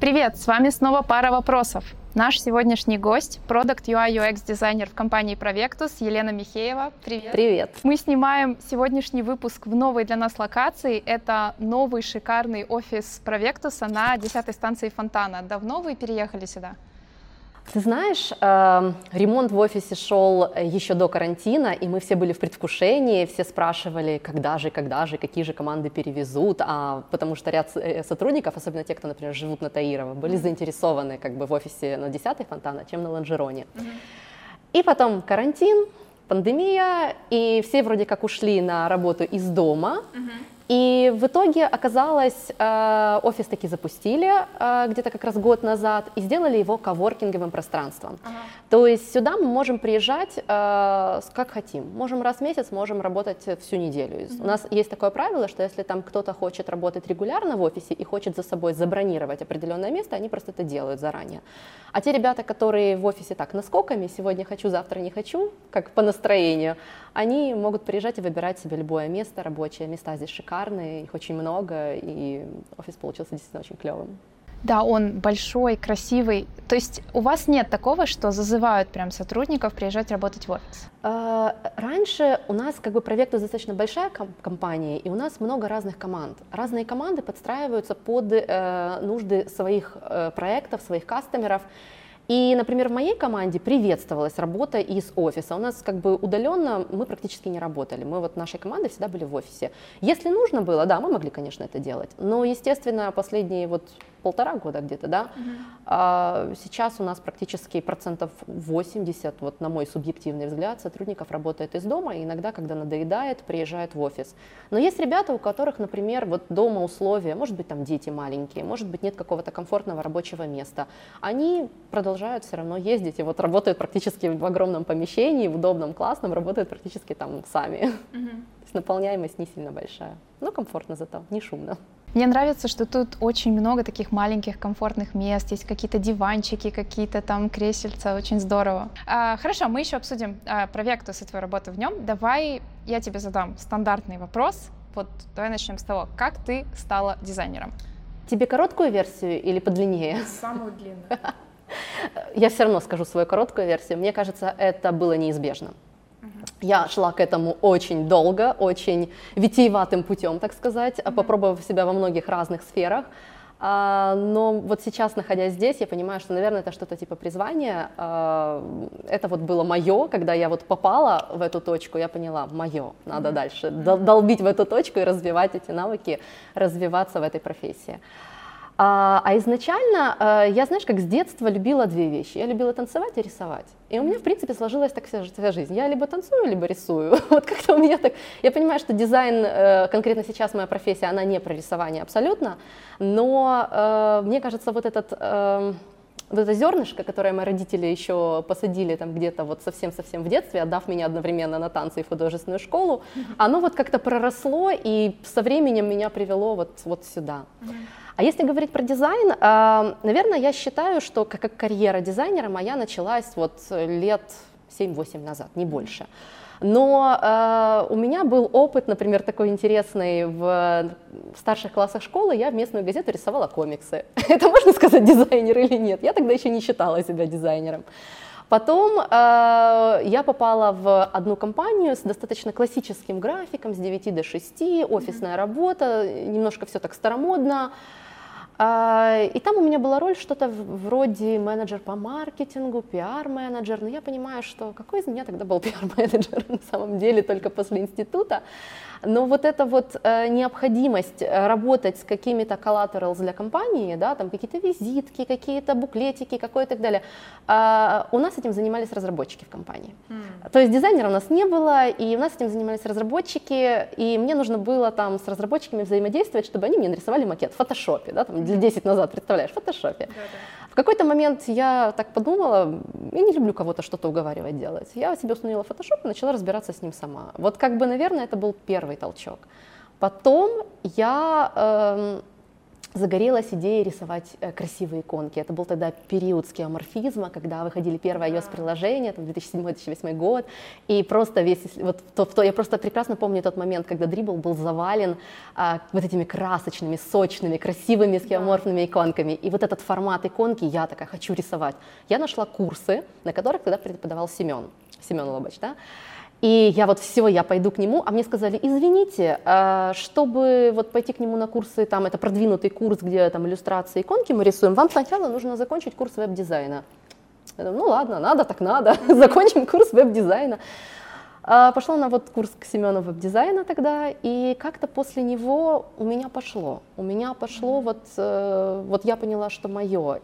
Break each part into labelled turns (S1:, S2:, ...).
S1: Привет, с вами снова пара вопросов. Наш сегодняшний гость – продакт UI UX дизайнер в компании Provectus Елена Михеева. Привет.
S2: Привет.
S1: Мы снимаем сегодняшний выпуск в новой для нас локации. Это новый шикарный офис Provectus на 10-й станции Фонтана. Давно вы переехали сюда?
S2: Ты знаешь, ремонт в офисе шел еще до карантина, и мы все были в предвкушении, все спрашивали, когда же, какие же команды перевезут, потому что ряд сотрудников, особенно те, кто, например, живут на Таирова, были заинтересованы как бы в офисе на 10-й Фонтана, чем на Лонжероне. И потом карантин, пандемия, и все вроде как ушли на работу из дома. И в итоге оказалось, офис таки запустили где-то как раз год назад и сделали его коворкинговым пространством. То есть сюда мы можем приезжать как хотим. Можем раз в месяц, можем работать всю неделю. У нас есть такое правило, что если там кто-то хочет работать регулярно в офисе и хочет за собой забронировать определенное место, они просто это делают заранее. А те ребята, которые в офисе так наскоками, сегодня хочу, завтра не хочу, как по настроению, они могут приезжать и выбирать себе любое место рабочее. Места здесь шикарные, их очень много, и офис получился действительно очень клевым.
S1: Да, он большой, красивый. То есть у вас нет такого, что зазывают прям сотрудников приезжать работать в офис?
S2: Раньше у нас как бы Provectus достаточно большая компания, и у нас много разных команд. Разные команды подстраиваются под нужды своих проектов, своих кастомеров. И, например, в моей команде приветствовалась работа из офиса. У нас как бы удаленно мы практически не работали. Мы вот нашей командой всегда были в офисе. Если нужно было, да, мы могли, конечно, это делать. Но, естественно, последние вот 1,5 года где-то, да, сейчас у нас практически 80%, вот на мой субъективный взгляд, сотрудников работает из дома, и иногда, когда надоедает, приезжает в офис. Но есть ребята, у которых, например, вот дома условия, может быть, там дети маленькие, может быть, нет какого-то комфортного рабочего места, они продолжают все равно ездить и вот работают практически в огромном помещении, в удобном, классном, работают практически там сами. То есть наполняемость не сильно большая, но комфортно зато, не шумно.
S1: Мне нравится, что тут очень много таких маленьких комфортных мест, есть какие-то диванчики, какие-то там кресельца, очень здорово. Хорошо, мы еще обсудим Provectus и твою работу в нем. Давай я тебе задам стандартный вопрос. Вот давай начнем с того, как ты стала дизайнером?
S2: Тебе короткую версию или подлиннее?
S1: Самую длинную.
S2: Я все равно скажу свою короткую версию. Мне кажется, это было неизбежно. Я шла к этому очень долго, очень витиеватым путем, так сказать, попробовав себя во многих разных сферах. Но вот сейчас, находясь здесь, я понимаю, что, наверное, это что-то типа призвания. Это вот было мое, когда я вот попала в эту точку, я поняла, мое, надо дальше долбить в эту точку и развивать эти навыки, развиваться в этой профессии. А изначально я, знаешь, как с детства любила две вещи. Я любила танцевать и рисовать. И у меня, в принципе, сложилась так вся жизнь. Я либо танцую, либо рисую. Вот как-то у меня так... Я понимаю, что дизайн, конкретно сейчас моя профессия, она не про рисование абсолютно, но мне кажется, вот это зернышко, которое мои родители еще посадили там где-то вот совсем-совсем в детстве, отдав меня одновременно на танцы и в художественную школу, оно вот как-то проросло и со временем меня привело вот сюда. А если говорить про дизайн, наверное, я считаю, что как карьера дизайнера моя началась вот лет 7-8 назад, не больше. Но у меня был опыт, например, такой интересный, в старших классах школы я в местную газету рисовала комиксы. Это можно сказать дизайнер или нет? Я тогда еще не считала себя дизайнером. Потом я попала в одну компанию с достаточно классическим графиком, с 9 до 6, офисная работа, немножко все так старомодно. И там у меня была роль что-то вроде менеджер по маркетингу, пиар-менеджер, но я понимаю, что какой из меня тогда был пиар-менеджер на самом деле только после института. Но вот эта вот необходимость работать с какими-то collaterals для компании, да, там какие-то визитки, какие-то буклетики, какое-то и так далее, у нас этим занимались разработчики в компании. То есть дизайнера у нас не было, и у нас этим занимались разработчики, и мне нужно было там с разработчиками взаимодействовать, чтобы они мне нарисовали макет в фотошопе, да, там, для 10 назад, представляешь, в фотошопе. В какой-то момент я так подумала, я не люблю кого-то что-то уговаривать делать. Я себе установила Photoshop и начала разбираться с ним сама. Вот как бы, наверное, это был первый толчок. Потом я загорелась идея рисовать красивые иконки. Это был тогда период скеоморфизма, когда выходили первые iOS-приложения, там 2007-2008 год, и просто я просто прекрасно помню тот момент, когда Dribbble был завален вот этими красочными, сочными, красивыми скеоморфными иконками, и вот этот формат иконки я такая хочу рисовать. Я нашла курсы, на которых тогда преподавал Семен Лобач, да? И я пойду к нему, а мне сказали, извините, чтобы вот пойти к нему на курсы, там это продвинутый курс, где там иллюстрации, иконки мы рисуем, вам сначала нужно закончить курс веб-дизайна. Я думаю, ну ладно, надо, так надо, закончим курс веб-дизайна. Пошла на вот курс к Семену веб-дизайна тогда, и как-то после него у меня пошло вот я поняла, что мое.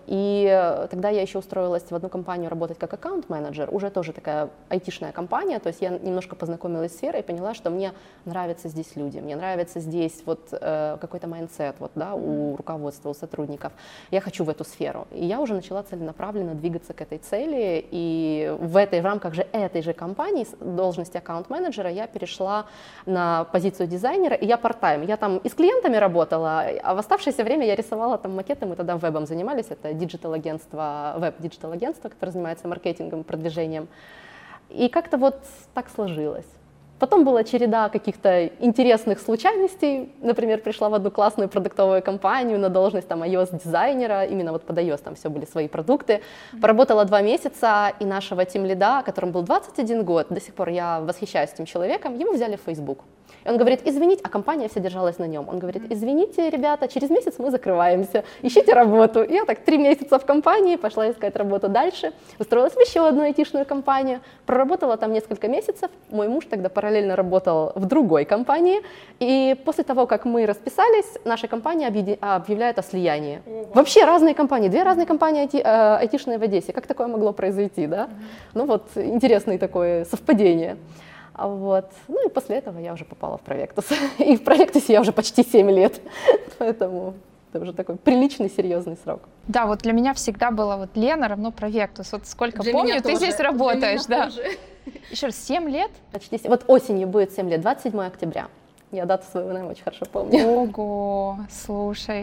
S2: И тогда я еще устроилась в одну компанию работать как аккаунт-менеджер, уже тоже такая айтишная компания, то есть я немножко познакомилась с сферой и поняла, что мне нравятся здесь люди, мне нравится здесь вот какой-то майндсет вот, да, у руководства, у сотрудников. Я хочу в эту сферу. И я уже начала целенаправленно двигаться к этой цели, и в рамках же этой же компании должность аккаунт-менеджера я перешла на позицию дизайнера, и я part-time. Я там и с клиентами работала, а в оставшееся время я рисовала там макеты, мы тогда вебом занимались, это диджитал-агентство, веб-диджитал-агентство, которое занимается маркетингом, продвижением. И как-то вот так сложилось. Потом была череда каких-то интересных случайностей. Например, пришла в одну классную продуктовую компанию на должность там iOS-дизайнера. Именно вот под iOS там все были свои продукты. Поработала 2 месяца, и нашего тимлида, которому был 21 год, до сих пор я восхищаюсь этим человеком, его взяли в Facebook. И он говорит, извините, а компания вся держалась на нем. Он говорит, извините, ребята, через месяц мы закрываемся, ищите работу. И я так 3 месяца в компании, пошла искать работу дальше, устроилась в еще одну айтишную компанию, проработала там несколько месяцев. Мой муж тогда параллельно работал в другой компании, и после того, как мы расписались, наша компания объявляет о слиянии. Вообще разные компании, 2 разные компании айтишные в Одессе. Как такое могло произойти, да? Ну вот, интересное такое совпадение. Вот. Ну и после этого я уже попала в Проектус. И в Проектусе я уже почти 7 лет, поэтому это уже такой приличный, серьезный срок.
S1: Да, вот для меня всегда было вот Лена равно Проектус. Вот сколько
S2: для
S1: помню, ты здесь работаешь, да. Еще раз, 7 лет?
S2: Почти. Вот осенью будет 7 лет, 27 октября. Я дату своего найма очень хорошо помню.
S1: Ого, слушай.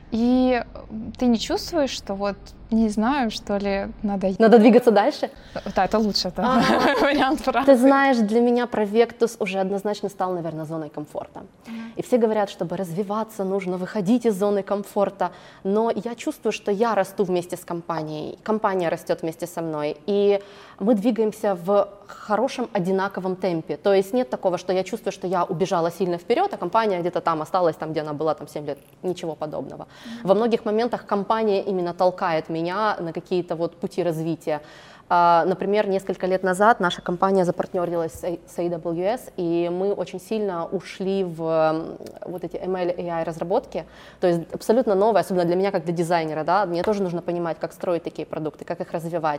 S1: И ты не чувствуешь, что вот, не знаю, что ли,
S2: Надо двигаться дальше?
S1: Да, это лучше, это вариант, правда.
S2: Ты знаешь, для меня Проектус уже однозначно стал, наверное, зоной комфорта. И все говорят, чтобы развиваться, нужно выходить из зоны комфорта, но я чувствую, что я расту вместе с компанией, компания растет вместе со мной, и мы двигаемся в хорошем одинаковом темпе. То есть нет такого, что я чувствую, что я убежала сильно вперед, а компания где-то там осталась, там, где она была там 7 лет. Ничего подобного. Во многих моментах компания именно толкает меня на какие-то вот пути развития. Например, несколько лет назад наша компания запартнерилась с AWS, и мы очень сильно ушли в вот эти ML AI разработки, то есть абсолютно новое, особенно для меня как для дизайнера, да, мне тоже нужно понимать, как строить такие продукты, как их развивать.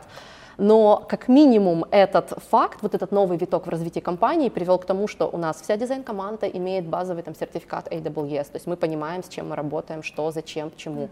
S2: Но как минимум этот факт, вот этот новый виток в развитии компании привел к тому, что у нас вся дизайн-команда имеет базовый там сертификат AWS, то есть мы понимаем, с чем мы работаем, что, зачем, почему.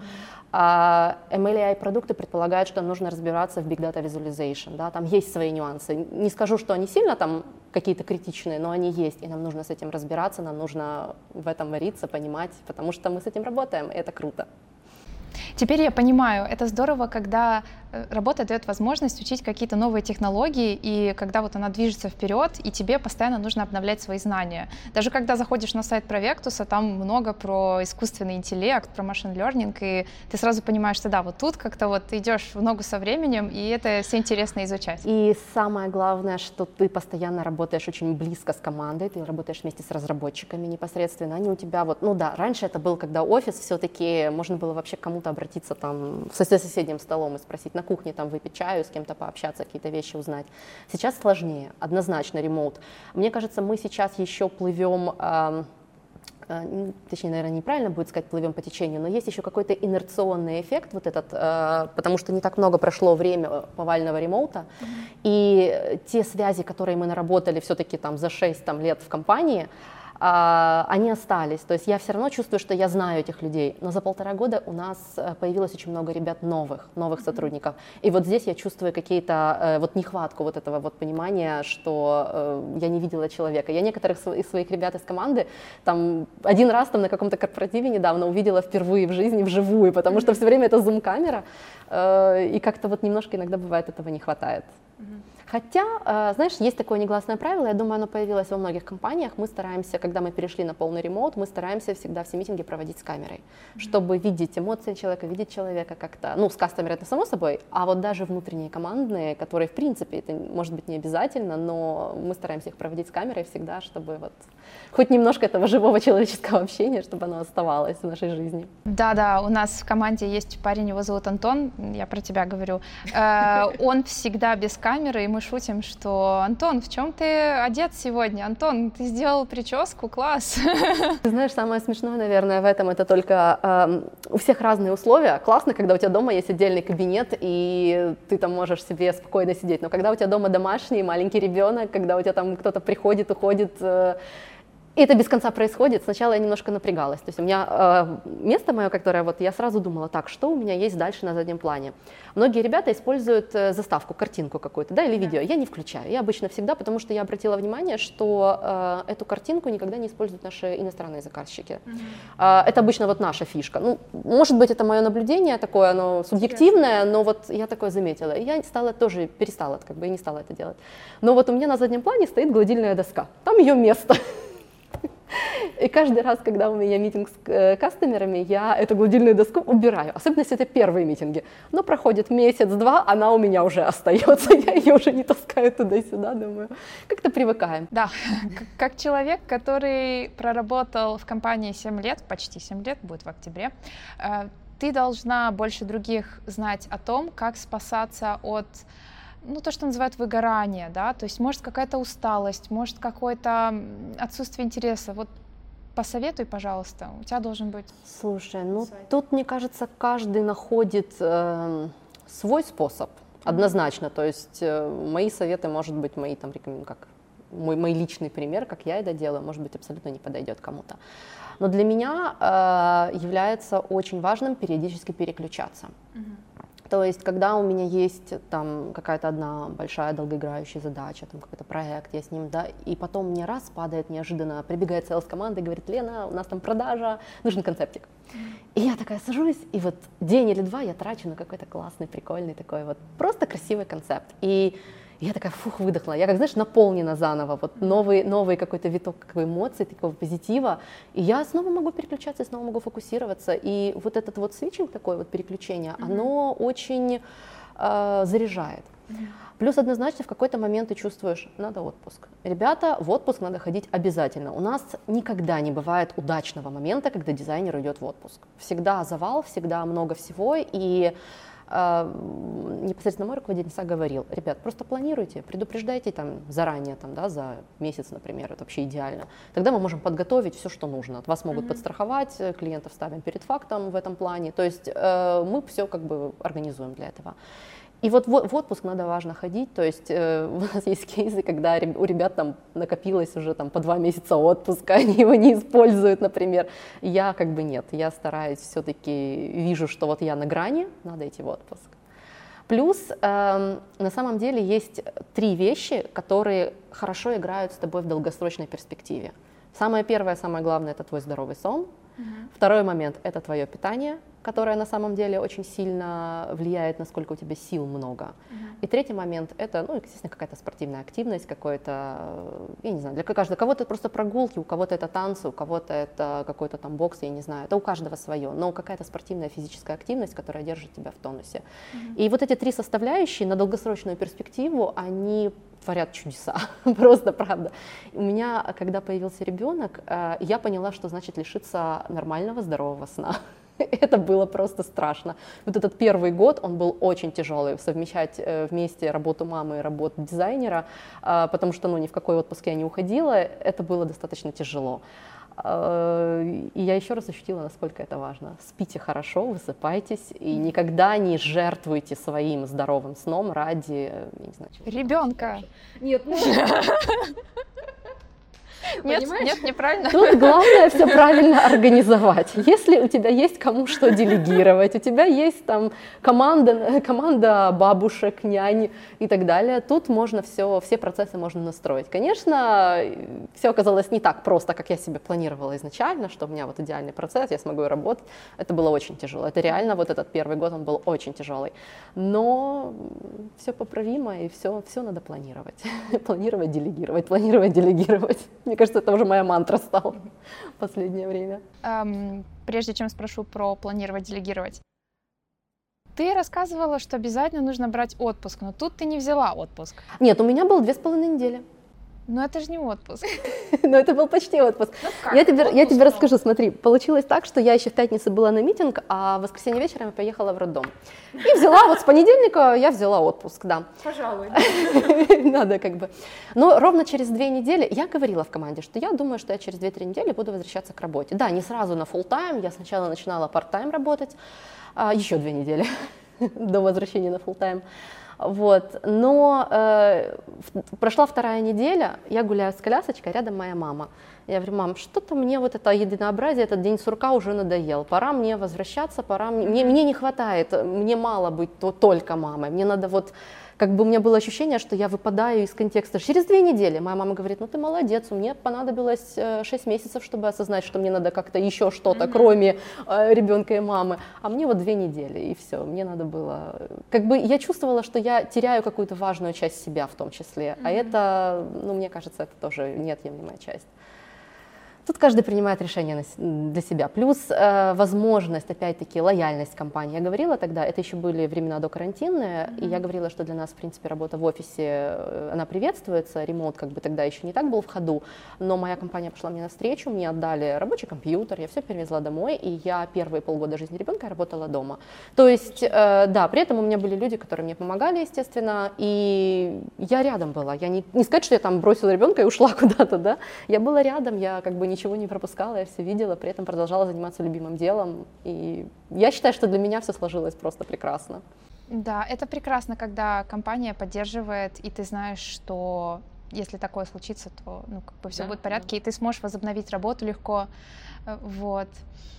S2: А ML AI продукты предполагают, что нужно разбираться в Big Data Visualization, да, там есть свои нюансы. Не скажу, что они сильно там какие-то критичные, но они есть, и нам нужно с этим разбираться, нам нужно в этом вариться, понимать, потому что мы с этим работаем, и это круто.
S1: Теперь я понимаю, это здорово, когда работа дает возможность учить какие-то новые технологии, и когда вот она движется вперед, и тебе постоянно нужно обновлять свои знания. Даже когда заходишь на сайт Проектуса, там много про искусственный интеллект, про машин learning, и ты сразу понимаешь, что да, вот тут как-то вот ты идешь в ногу со временем, и это все интересно изучать.
S2: И самое главное, что ты постоянно работаешь очень близко с командой, ты работаешь вместе с разработчиками непосредственно, они у тебя вот, ну да, раньше это был, когда офис все-таки, можно было вообще к кому-то обратиться там со соседним столом и спросить, на кухне там выпить чаю, с кем-то пообщаться, какие-то вещи узнать. Сейчас сложнее, однозначно ремоут. Мне кажется, мы сейчас еще плывем, точнее, наверное, неправильно будет сказать, плывем по течению, но есть еще какой-то инерционный эффект вот этот, потому что не так много прошло время повального ремоута, и те связи, которые мы наработали все-таки там за 6 лет в компании, они остались. То есть я все равно чувствую, что я знаю этих людей. Но за 1,5 года у нас появилось очень много ребят новых сотрудников. И вот здесь я чувствую какие-то вот нехватку вот этого вот понимания, что я не видела человека. Я некоторых из своих ребят из команды там один раз там на каком-то корпоративе недавно увидела впервые в жизни вживую, потому что все время это зум-камера, и как-то вот немножко иногда бывает этого не хватает. Хотя, знаешь, есть такое негласное правило, я думаю, оно появилось во многих компаниях, мы стараемся, когда мы перешли на полный ремоут, мы стараемся всегда все митинги проводить с камерой, чтобы видеть эмоции человека, видеть человека как-то, ну, с кастомером это само собой, а вот даже внутренние командные, которые, в принципе, это может быть не обязательно, но мы стараемся их проводить с камерой всегда, чтобы вот хоть немножко этого живого человеческого общения, чтобы оно оставалось в нашей жизни.
S1: Да, у нас в команде есть парень, его зовут Антон, я про тебя говорю, он всегда без камеры, и мы шутим, что Антон, в чем ты одет сегодня? Антон, ты сделал прическу, класс.
S2: Ты знаешь, самое смешное, наверное, в этом это только у всех разные условия. Классно, когда у тебя дома есть отдельный кабинет, и ты там можешь себе спокойно сидеть. Но когда у тебя дома домашний, маленький ребенок, когда у тебя там кто-то приходит, уходит, и это без конца происходит. Сначала я немножко напрягалась. То есть у меня место мое, которое вот я сразу думала, так, что у меня есть дальше на заднем плане. Многие ребята используют заставку, картинку какую-то, да, или видео. Я не включаю. Я обычно всегда, потому что я обратила внимание, что эту картинку никогда не используют наши иностранные заказчики. Это обычно вот наша фишка. Ну, может быть, это мое наблюдение такое, оно субъективное, но вот я такое заметила. И я перестала, как бы, и не стала это делать. Но вот у меня на заднем плане стоит гладильная доска. Там ее место. И каждый раз, когда у меня митинг с кастомерами, я эту гладильную доску убираю, особенно если это первые митинги. Но проходит месяц-два, она у меня уже остается, я ее уже не таскаю туда-сюда, думаю, как-то привыкаем.
S1: Да, как человек, который проработал в компании 7 лет, почти 7 лет, будет в октябре, ты должна больше других знать о том, как спасаться от то, что называют выгорание, да, то есть может какая-то усталость, может какое-то отсутствие интереса. Вот посоветуй, пожалуйста, у тебя должен быть...
S2: Слушай, тут, мне кажется, каждый находит свой способ, однозначно, то есть мои советы, может быть, мои там, как мой личный пример, как я это делаю, может быть, абсолютно не подойдет кому-то. Но для меня является очень важным периодически переключаться. То есть, когда у меня есть там какая-то одна большая долгоиграющая задача, там какой-то проект, я с ним, да, и потом мне раз падает неожиданно, прибегает сейлс-команда и говорит: Лена, у нас там продажа, нужен концептик. И я такая сажусь, и вот день или два я трачу на какой-то классный, прикольный такой вот просто красивый концепт. И я такая, выдохнула. Я, как, знаешь, наполнена заново, вот новый какой-то виток эмоций, такого позитива. И я снова могу переключаться, снова могу фокусироваться. И вот этот вот свитчинг, такое вот переключение, оно очень заряжает. Плюс однозначно в какой-то момент ты чувствуешь, надо отпуск. Ребята, в отпуск надо ходить обязательно. У нас никогда не бывает удачного момента, когда дизайнер уйдет в отпуск. Всегда завал, всегда много всего. И непосредственно мой руководитель всегда говорил: ребят, просто планируйте, предупреждайте там заранее, там, да, за месяц, например, это вообще идеально. Тогда мы можем подготовить все, что нужно. Вас могут подстраховать, клиентов ставим перед фактом в этом плане. То есть мы все как бы организуем для этого. И вот в отпуск надо важно ходить, то есть у нас есть кейсы, когда у ребят там накопилось уже там по 2 месяца отпуска, они его не используют, например. Я как бы нет, я стараюсь все-таки, вижу, что вот я на грани, надо идти в отпуск. Плюс на самом деле есть 3 вещи, которые хорошо играют с тобой в долгосрочной перспективе. Самое первое, самое главное — это твой здоровый сон. Второй момент — это твое питание, которое на самом деле очень сильно влияет, насколько у тебя сил много. И третий момент — это, естественно, какая-то спортивная активность, какой-то, я не знаю, для каждого. Кого-то это просто прогулки, у кого-то это танцы, у кого-то это какой-то там бокс, я не знаю. Это у каждого свое, но какая-то спортивная физическая активность, которая держит тебя в тонусе. И вот эти 3 составляющие на долгосрочную перспективу, они творят чудеса, просто правда. У меня, когда появился ребенок, я поняла, что значит лишиться нормального, здорового сна. Это было просто страшно. Вот этот первый год, он был очень тяжелый, совмещать вместе работу мамы и работу дизайнера, потому что ни в какой отпуск я не уходила, это было достаточно тяжело. И я еще раз ощутила, насколько это важно. Спите хорошо, высыпайтесь и никогда не жертвуйте своим здоровым сном ради, я не знаю,
S1: ребенка.
S2: Нет,
S1: Нет, неправильно.
S2: Тут главное все правильно организовать. Если у тебя есть кому что делегировать, у тебя есть там команда бабушек, нянь и так далее, тут можно все процессы можно настроить. Конечно, все оказалось не так просто, как я себе планировала изначально, что у меня вот идеальный процесс, я смогу работать. Это было очень тяжело. Это реально вот этот первый год, он был очень тяжелый. Но все поправимо, и все надо планировать. Планировать, делегировать. Мне кажется, это уже моя мантра стала в последнее время.
S1: Прежде чем спрошу про планировать, делегировать. Ты рассказывала, что обязательно нужно брать отпуск, но тут ты не взяла отпуск.
S2: Нет, у меня было 2,5 недели.
S1: Но это же не отпуск.
S2: Но это был почти отпуск. Я тебе расскажу, смотри, получилось так, что я еще в пятницу была на митинг, а в воскресенье вечером я поехала в роддом. И взяла, вот с понедельника я взяла отпуск, да.
S1: Пожалуй.
S2: Надо как бы. Но ровно через 2 недели я говорила в команде, что я думаю, что я через 2-3 недели буду возвращаться к работе. Да, не сразу на full-time, я сначала начинала part-time работать, еще 2 недели до возвращения на full-time. Вот. Но прошла 2-я неделя, я гуляю с колясочкой, рядом моя мама. Я говорю: мам, что-то мне вот это единообразие, этот день сурка уже надоел, пора мне возвращаться, мне не хватает, мне мало быть только мамой, мне надо вот, как бы у меня было ощущение, что я выпадаю из контекста. Через 2 недели моя мама говорит: ну ты молодец, мне понадобилось 6 месяцев, чтобы осознать, что мне надо как-то еще что-то, кроме ребенка и мамы, а мне вот 2 недели, и все, мне надо было, как бы я чувствовала, что я теряю какую-то важную часть себя в том числе, а это, ну мне кажется, это тоже неотъемлемая часть. Тут каждый принимает решение для себя. Плюс возможность, опять-таки, лояльность компании. Я говорила тогда, это еще были времена докарантинные, и я говорила, что для нас, в принципе, работа в офисе, она приветствуется, ремоут как бы тогда еще не так был в ходу, но моя компания пошла мне навстречу, мне отдали рабочий компьютер, я все перевезла домой, и я первые полгода жизни ребенка работала дома. То есть, да, при этом у меня были люди, которые мне помогали, естественно, и я рядом была. Я не сказать, что я там бросила ребенка и ушла куда-то, да, я была рядом, я как бы ничего не пропускала, я все видела, при этом продолжала заниматься любимым делом. И я считаю, что для меня все сложилось просто прекрасно.
S1: Да, это прекрасно, когда компания поддерживает, и ты знаешь, что если такое случится, то ну, как бы все будет в порядке, и ты сможешь возобновить работу легко. Вот.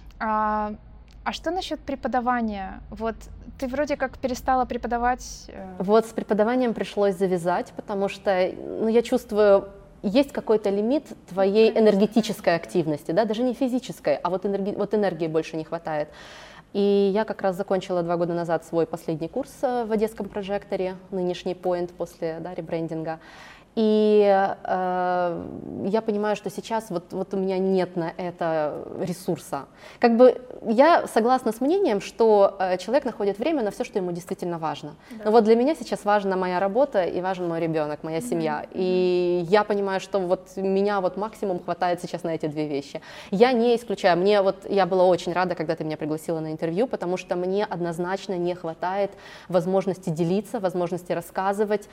S1: А что насчет преподавания? Вот ты вроде как перестала преподавать.
S2: Вот с преподаванием пришлось завязать, потому что ну, я чувствую, есть какой-то лимит твоей энергетической активности, да, даже не физической, а вот энергии больше не хватает. И я как раз закончила 2 года назад свой последний курс в Одесском прожекторе, нынешний Point после ребрендинга. И я понимаю, что сейчас вот у меня нет на это ресурса. Как бы я согласна с мнением, что человек находит время на все, что ему действительно важно. Да. Но вот для меня сейчас важна моя работа и важен мой ребенок, моя семья. И я понимаю, что вот меня вот максимум хватает сейчас на эти 2 вещи. Я не исключаю. Я была очень рада, когда ты меня пригласила на интервью, потому что мне однозначно не хватает возможности делиться, возможности рассказывать.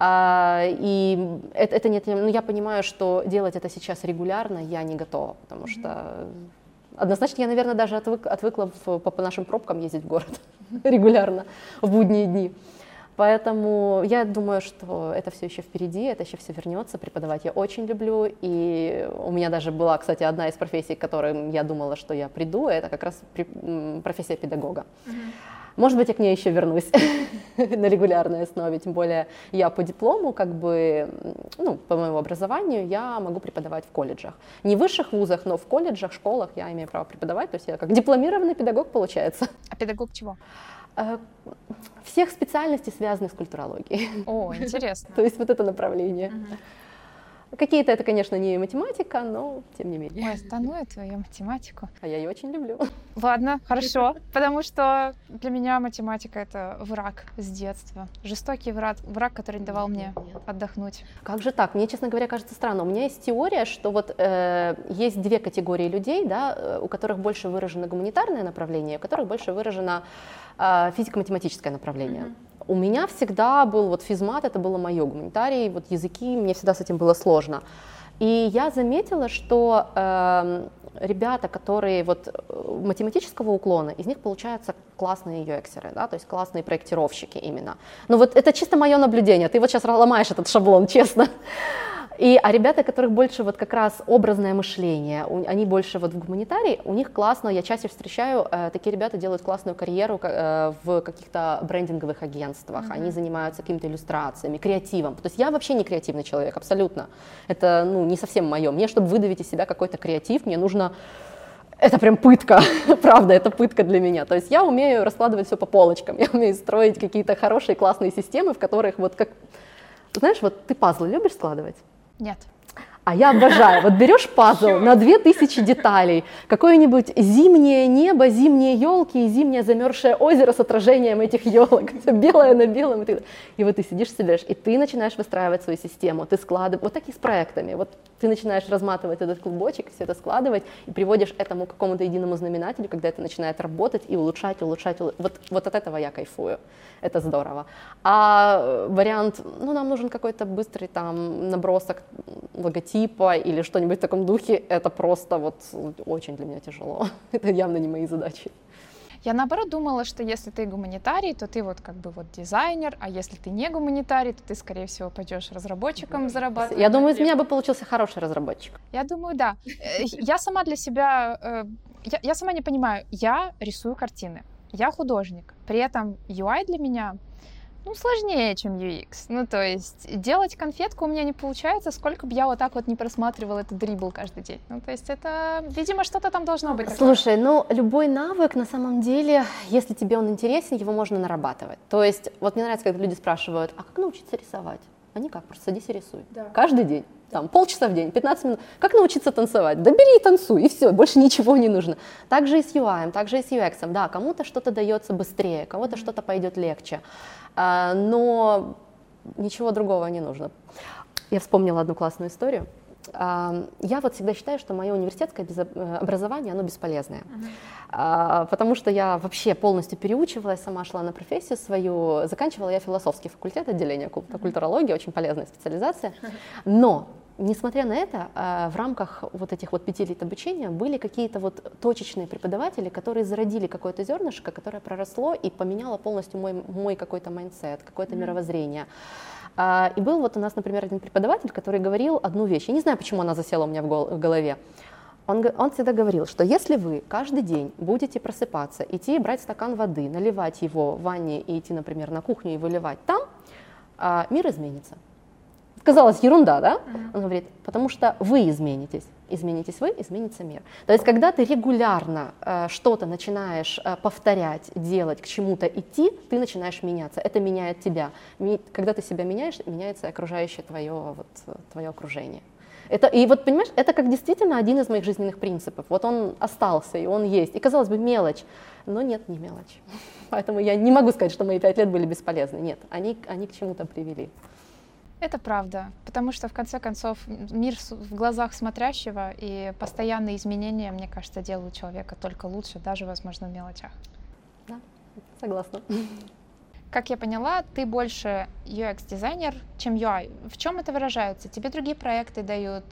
S2: И это нет, ну, я понимаю, что делать это сейчас регулярно я не готова, потому что однозначно я, наверное, даже отвыкла по нашим пробкам ездить в город регулярно в будние дни. Поэтому я думаю, что это все еще впереди, это еще все вернется. Преподавать я очень люблю, и у меня даже была, кстати, одна из профессий, к которой я думала, что я приду, это как раз профессия педагога. Может быть, я к ней еще вернусь на регулярной основе, тем более я по диплому, как бы, ну, по моему образованию, я могу преподавать в колледжах. Не в высших вузах, но в колледжах, школах я имею право преподавать, то есть я как дипломированный педагог получается.
S1: А педагог чего?
S2: Всех специальностей, связанных с культурологией.
S1: О, интересно.
S2: То есть вот это направление. Какие-то это, конечно, не математика, но тем не менее.
S1: Ой, стану твою математику.
S2: А я ее очень люблю.
S1: Ладно, хорошо, потому что для меня математика — это враг с детства. Жестокий враг, который не давал мне отдохнуть.
S2: Как же так? Мне, честно говоря, кажется странно. У меня есть теория, что вот есть 2 категории людей, да, у которых больше выражено гуманитарное направление, у которых больше выражено физико-математическое направление. У меня всегда был вот физмат, это было мое, гуманитарий, вот языки, мне всегда с этим было сложно. И я заметила, что ребята, которые вот математического уклона, из них получаются классные UX-еры, да, то есть классные проектировщики именно. Ну вот это чисто мое наблюдение, ты вот сейчас ломаешь этот шаблон, честно. А ребята, которых больше вот как раз образное мышление, они больше вот в гуманитарии, у них классно, я чаще встречаю, такие ребята делают классную карьеру в каких-то брендинговых агентствах, они занимаются какими-то иллюстрациями, креативом. То есть я вообще не креативный человек, абсолютно. Это не совсем мое. Мне, чтобы выдавить из себя какой-то креатив, мне нужно... Это прям пытка, правда, это пытка для меня. То есть я умею раскладывать все по полочкам, я умею строить какие-то хорошие, классные системы, в которых вот как... Знаешь, вот ты пазлы любишь складывать?
S1: Нет.
S2: А я обожаю. Вот берешь пазл на 2000 деталей, какое-нибудь зимнее небо, зимние елки и зимнее замерзшее озеро с отражением этих елок, все белое на белом. И вот ты сидишь, собираешь, и ты начинаешь выстраивать свою систему, ты складываешь, вот так и с проектами. Вот ты начинаешь разматывать этот клубочек, все это складывать, и приводишь этому к какому-то единому знаменателю, когда это начинает работать и улучшать. Вот от этого я кайфую. Это здорово. А вариант, нам нужен какой-то быстрый там набросок логотипа или что-нибудь в таком духе, это просто вот очень для меня тяжело. Это явно не мои задачи.
S1: Я наоборот думала, что если ты гуманитарий, то ты вот как бы вот дизайнер, а если ты не гуманитарий, то ты, скорее всего, пойдешь разработчиком зарабатывать.
S2: Я думаю, из меня бы получился хороший разработчик.
S1: Я думаю, да. Я сама для себя, я сама не понимаю, я рисую картины, я художник, при этом UI для меня сложнее, чем UX. То есть делать конфетку у меня не получается, сколько бы я вот так вот не просматривала этот дрибл каждый день. То есть это, видимо, что-то там должно быть.
S2: Слушай, любой навык, на самом деле, если тебе он интересен, его можно нарабатывать. То есть, вот мне нравится, когда люди спрашивают, а как научиться рисовать? А никак, просто садись и рисуй. Да. Каждый день. Там, полчаса в день, 15 минут. Как научиться танцевать? Да бери и танцуй, и все, больше ничего не нужно. Также и с UI, также и с UX. Да, кому-то что-то дается быстрее, кому-то что-то пойдет легче, но ничего другого не нужно. Я вспомнила одну классную историю. Я вот всегда считаю, что мое университетское образование, оно бесполезное. Потому что я вообще полностью переучивалась, сама шла на профессию свою. Заканчивала я философский факультет, отделение культурологии, очень полезная специализация. Но, несмотря на это, в рамках вот этих вот 5 лет обучения были какие-то вот точечные преподаватели, которые зародили какое-то зернышко, которое проросло и поменяло полностью мой какой-то майндсет, какое-то мировоззрение. И был вот у нас, например, один преподаватель, который говорил одну вещь. Я не знаю, почему она засела у меня в голове. Он всегда говорил, что если вы каждый день будете просыпаться, идти брать стакан воды, наливать его в ванне и идти, например, на кухню и выливать там, мир изменится. Казалось, ерунда, да? Он говорит, потому что вы изменитесь. Изменитесь вы, изменится мир. То есть, когда ты регулярно что-то начинаешь повторять, делать, к чему-то идти, ты начинаешь меняться. Это меняет тебя. Когда ты себя меняешь, меняется окружающее твое окружение. И вот, понимаешь, это как действительно один из моих жизненных принципов. Вот он остался, и он есть. И, казалось бы, мелочь, но нет, не мелочь. Поэтому я не могу сказать, что мои 5 лет были бесполезны. Нет, они к чему-то привели.
S1: Это правда, потому что, в конце концов, мир в глазах смотрящего и постоянные изменения, мне кажется, делают человека только лучше, даже, возможно, в мелочах.
S2: Да, согласна.
S1: Как я поняла, ты больше UX-дизайнер, чем UI. В чем это выражается? Тебе другие проекты дают?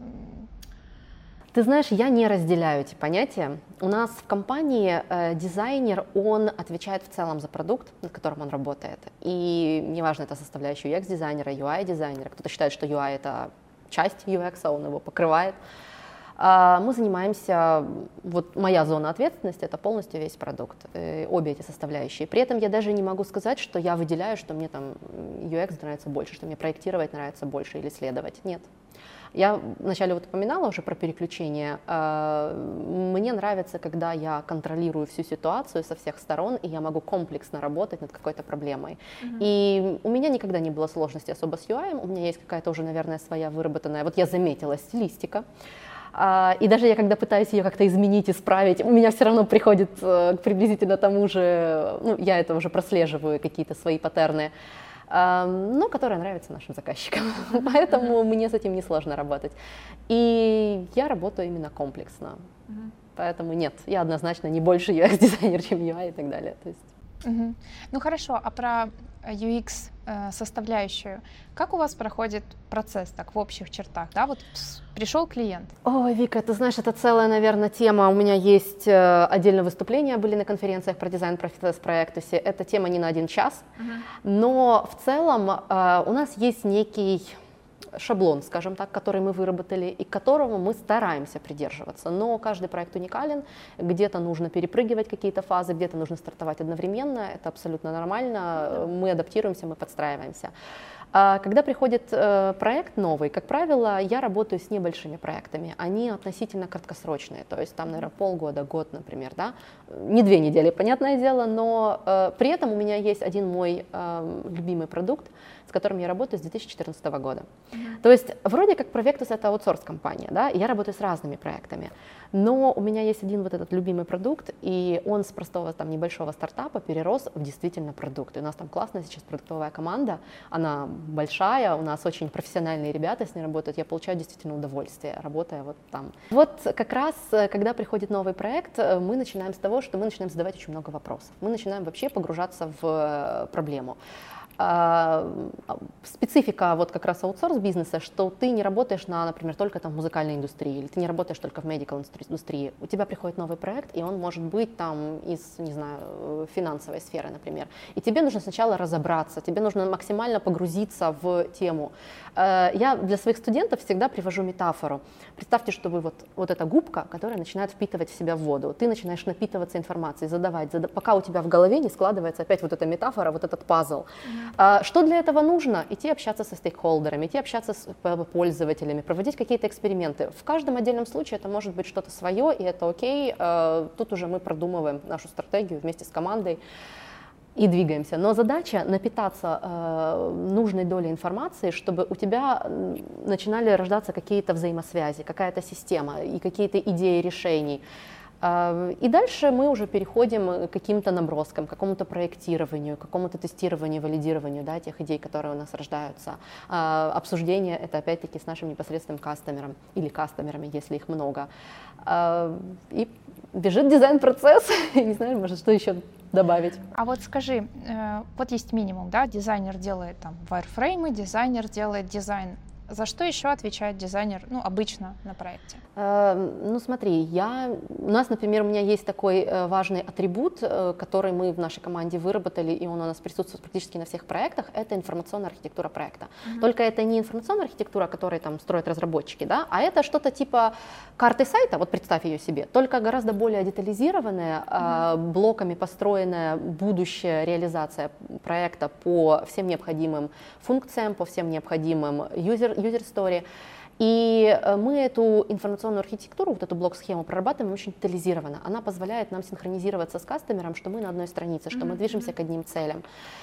S2: Ты знаешь, я не разделяю эти понятия. У нас в компании дизайнер, он отвечает в целом за продукт, над которым он работает. И неважно, это составляющая UX-дизайнера, UI-дизайнера. Кто-то считает, что UI — это часть UX, он его покрывает. Мы занимаемся, вот моя зона ответственности — это полностью весь продукт, обе эти составляющие. При этом я даже не могу сказать, что я выделяю, что мне там UX нравится больше, что мне проектировать нравится больше или исследовать. Нет. Я вначале вот упоминала уже про переключение. Мне нравится, когда я контролирую всю ситуацию со всех сторон, и я могу комплексно работать над какой-то проблемой. И у меня никогда не было сложности особо с UI, у меня есть какая-то уже, наверное, своя выработанная, вот я заметила, стилистика. И даже я, когда пытаюсь ее как-то изменить, исправить, у меня все равно приходит приблизительно тому же, я это уже прослеживаю, какие-то свои паттерны, но которые нравятся нашим заказчикам. Поэтому мне с этим несложно работать. И я работаю именно комплексно. Поэтому нет, я однозначно не больше UX-дизайнер, чем UI и так далее. То есть...
S1: Ну хорошо, а про UX составляющую, как у вас проходит процесс так в общих чертах, да, вот пришел клиент?
S2: Ой, Вика, ты знаешь, это целая, наверное, тема, у меня есть отдельное выступление, были на конференциях про дизайн Process Practice, эта тема не на 1 час, но в целом у нас есть некий шаблон, скажем так, который мы выработали и к которому мы стараемся придерживаться. Но каждый проект уникален, где-то нужно перепрыгивать какие-то фазы, где-то нужно стартовать одновременно, это абсолютно нормально, мы адаптируемся, мы подстраиваемся. Когда приходит проект новый, как правило, я работаю с небольшими проектами, они относительно краткосрочные, то есть там, наверное, полгода, год, например, да, не 2 недели, понятное дело, но при этом у меня есть один мой любимый продукт, с которым я работаю с 2014 года. То есть вроде как Provectus — это аутсорс-компания, да, и я работаю с разными проектами, но у меня есть один вот этот любимый продукт, и он с простого там небольшого стартапа перерос в действительно продукт. И у нас там классная сейчас продуктовая команда, она большая, у нас очень профессиональные ребята с ней работают, я получаю действительно удовольствие, работая вот там. Вот как раз, когда приходит новый проект, мы начинаем с того, что мы начинаем задавать очень много вопросов. Мы начинаем вообще погружаться в проблему. Специфика вот как раз аутсорс-бизнеса, что ты не работаешь на, например, только там в музыкальной индустрии, или ты не работаешь только в medical индустрии. У тебя приходит новый проект, и он может быть там из, не знаю, финансовой сферы, например. И тебе нужно сначала разобраться, тебе нужно максимально погрузиться в тему. Я для своих студентов всегда привожу метафору. Представьте, что вы вот эта губка, которая начинает впитывать в себя воду. Ты начинаешь напитываться информацией, задавать, пока у тебя в голове не складывается опять вот эта метафора, вот этот пазл. Что для этого нужно? Идти общаться со стейкхолдерами, идти общаться с пользователями, проводить какие-то эксперименты. В каждом отдельном случае это может быть что-то свое, и это окей. Тут уже мы продумываем нашу стратегию вместе с командой и двигаемся. Но задача напитаться нужной долей информации, чтобы у тебя начинали рождаться какие-то взаимосвязи, какая-то система и какие-то идеи решений. И дальше мы уже переходим к каким-то наброскам, к какому-то проектированию, к какому-то тестированию, валидированию, да, тех идей, которые у нас рождаются. Обсуждение — это опять-таки с нашим непосредственным кастомером или кастомерами, если их много. И бежит дизайн-процесс, не знаю, может, что еще добавить.
S1: А вот скажи, вот есть минимум, да, дизайнер делает там вайрфреймы, дизайнер делает дизайн. За что еще отвечает дизайнер, ну, обычно на проекте?
S2: Ну, смотри, у нас, например, у меня есть такой важный атрибут, который мы в нашей команде выработали, и он у нас присутствует практически на всех проектах, это информационная архитектура проекта. Только это не информационная архитектура, которую там строят разработчики, да, а это что-то типа карты сайта, вот представь ее себе, только гораздо более детализированная, блоками построенная будущая реализация проекта по всем необходимым функциям, по всем необходимым user story. И мы эту информационную архитектуру, вот эту блок-схему прорабатываем очень детализированно. Она позволяет нам синхронизироваться с кастомером, что мы на одной странице, что мы движемся к одним целям.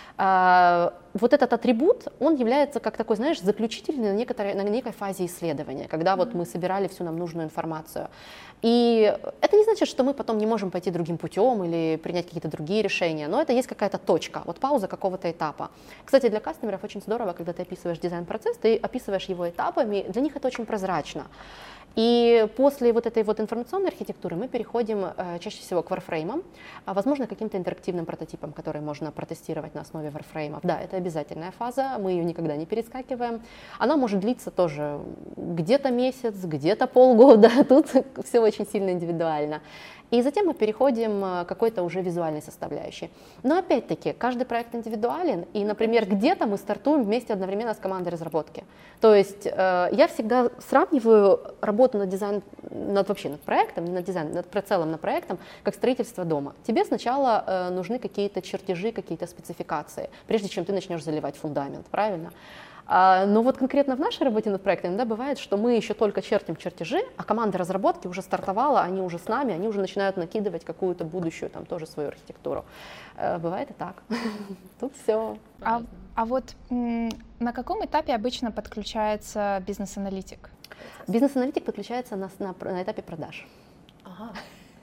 S2: Вот этот атрибут, он является как такой, знаешь, заключительный на некой фазе исследования, когда вот мы собирали всю нам нужную информацию. И это не значит, что мы потом не можем пойти другим путем или принять какие-то другие решения, но это есть какая-то точка, вот пауза какого-то этапа. Кстати, для кастомеров очень здорово, когда ты описываешь дизайн-процесс, ты описываешь его этапами, для них это очень прозрачно. И после вот этой вот информационной архитектуры мы переходим чаще всего к варфреймам, возможно, каким-то интерактивным прототипам, которые можно протестировать на основе варфреймов. Да, это обязательная фаза, мы ее никогда не перескакиваем. Она может длиться тоже где-то месяц, где-то полгода, тут все очень сильно индивидуально. И затем мы переходим к какой-то уже визуальной составляющей. Но опять-таки, каждый проект индивидуален, и, например, где-то мы стартуем вместе одновременно с командой разработки. То есть я всегда сравниваю работу над проектом, не над дизайном, над прицелом на проектом, как строительство дома. Тебе сначала нужны какие-то чертежи, какие-то спецификации, прежде чем ты начнешь заливать фундамент, правильно? Но вот конкретно в нашей работе над проектом иногда бывает, что мы еще только чертим чертежи, а команда разработки уже стартовала, они уже с нами, они уже начинают накидывать какую-то будущую, там тоже свою архитектуру. Бывает и так. Тут все.
S1: А вот на каком этапе обычно подключается бизнес-аналитик?
S2: Бизнес-аналитик подключается на этапе продаж.
S1: Ага.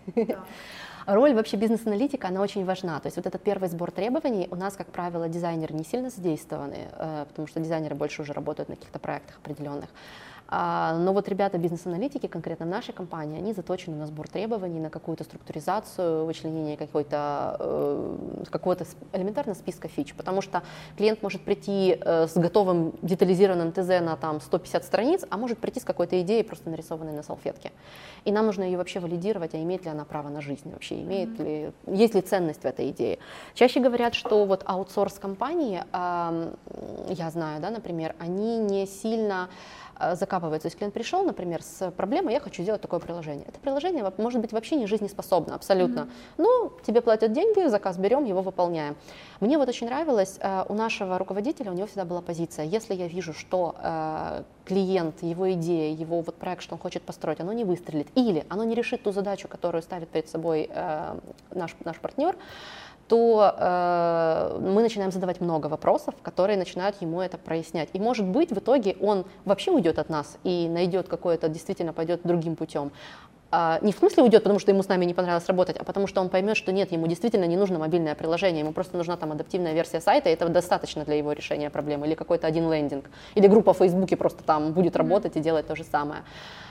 S2: Роль вообще бизнес-аналитика, она очень важна. То есть вот этот первый сбор требований, у нас, как правило, дизайнеры не сильно задействованы, потому что дизайнеры больше уже работают на каких-то проектах определенных. Но вот ребята бизнес-аналитики, конкретно в нашей компании, они заточены на сбор требований, на какую-то структуризацию, вычленение какого-то элементарного списка фич, потому что клиент может прийти с готовым детализированным ТЗ на там 150 страниц, а может прийти с какой-то идеей, просто нарисованной на салфетке. И нам нужно ее вообще валидировать, а имеет ли она право на жизнь вообще, есть ли ценность в этой идее. Чаще говорят, что вот аутсорс-компании, я знаю, да, например, они не сильно закапывается. То есть клиент пришел, например, с проблемой, я хочу сделать такое приложение. Это приложение может быть вообще не жизнеспособно, абсолютно. Ну, тебе платят деньги, заказ берем, его выполняем. Мне вот очень нравилось, у нашего руководителя, у него всегда была позиция, если я вижу, что клиент, его идея, его вот проект, что он хочет построить, оно не выстрелит, или оно не решит ту задачу, которую ставит перед собой наш партнер, то мы начинаем задавать много вопросов, которые начинают ему это прояснять. И, может быть, в итоге он вообще уйдет от нас и найдет какое-то, действительно пойдет другим путем. Не в смысле уйдет, потому что ему с нами не понравилось работать, а потому что он поймет, что нет, ему действительно не нужно мобильное приложение, ему просто нужна там адаптивная версия сайта, и этого достаточно для его решения проблемы, или какой-то один лендинг, или группа в Фейсбуке просто там будет работать и делать то же самое.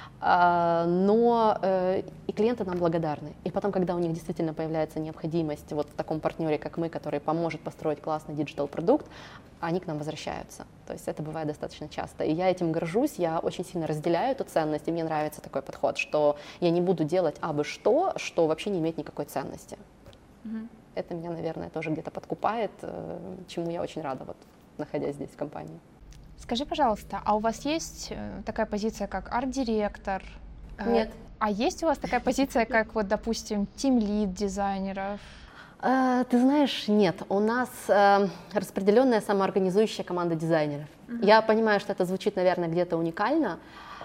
S2: Но и клиенты нам благодарны. И потом, когда у них действительно появляется необходимость вот в таком партнере, как мы, который поможет построить классный диджитал-продукт, они к нам возвращаются. То есть это бывает достаточно часто. И я этим горжусь, я очень сильно разделяю эту ценность, и мне нравится такой подход, что я не буду делать абы что вообще не имеет никакой ценности. Это меня, наверное, тоже где-то подкупает, чему я очень рада, вот, находясь здесь в компании.
S1: Скажи, пожалуйста, а у вас есть такая позиция, как арт-директор?
S2: Нет.
S1: А есть у вас такая позиция, как, вот, допустим, тим-лид дизайнеров?
S2: Ты знаешь, нет. У нас распределенная самоорганизующая команда дизайнеров. Я понимаю, что это звучит, наверное, где-то уникально,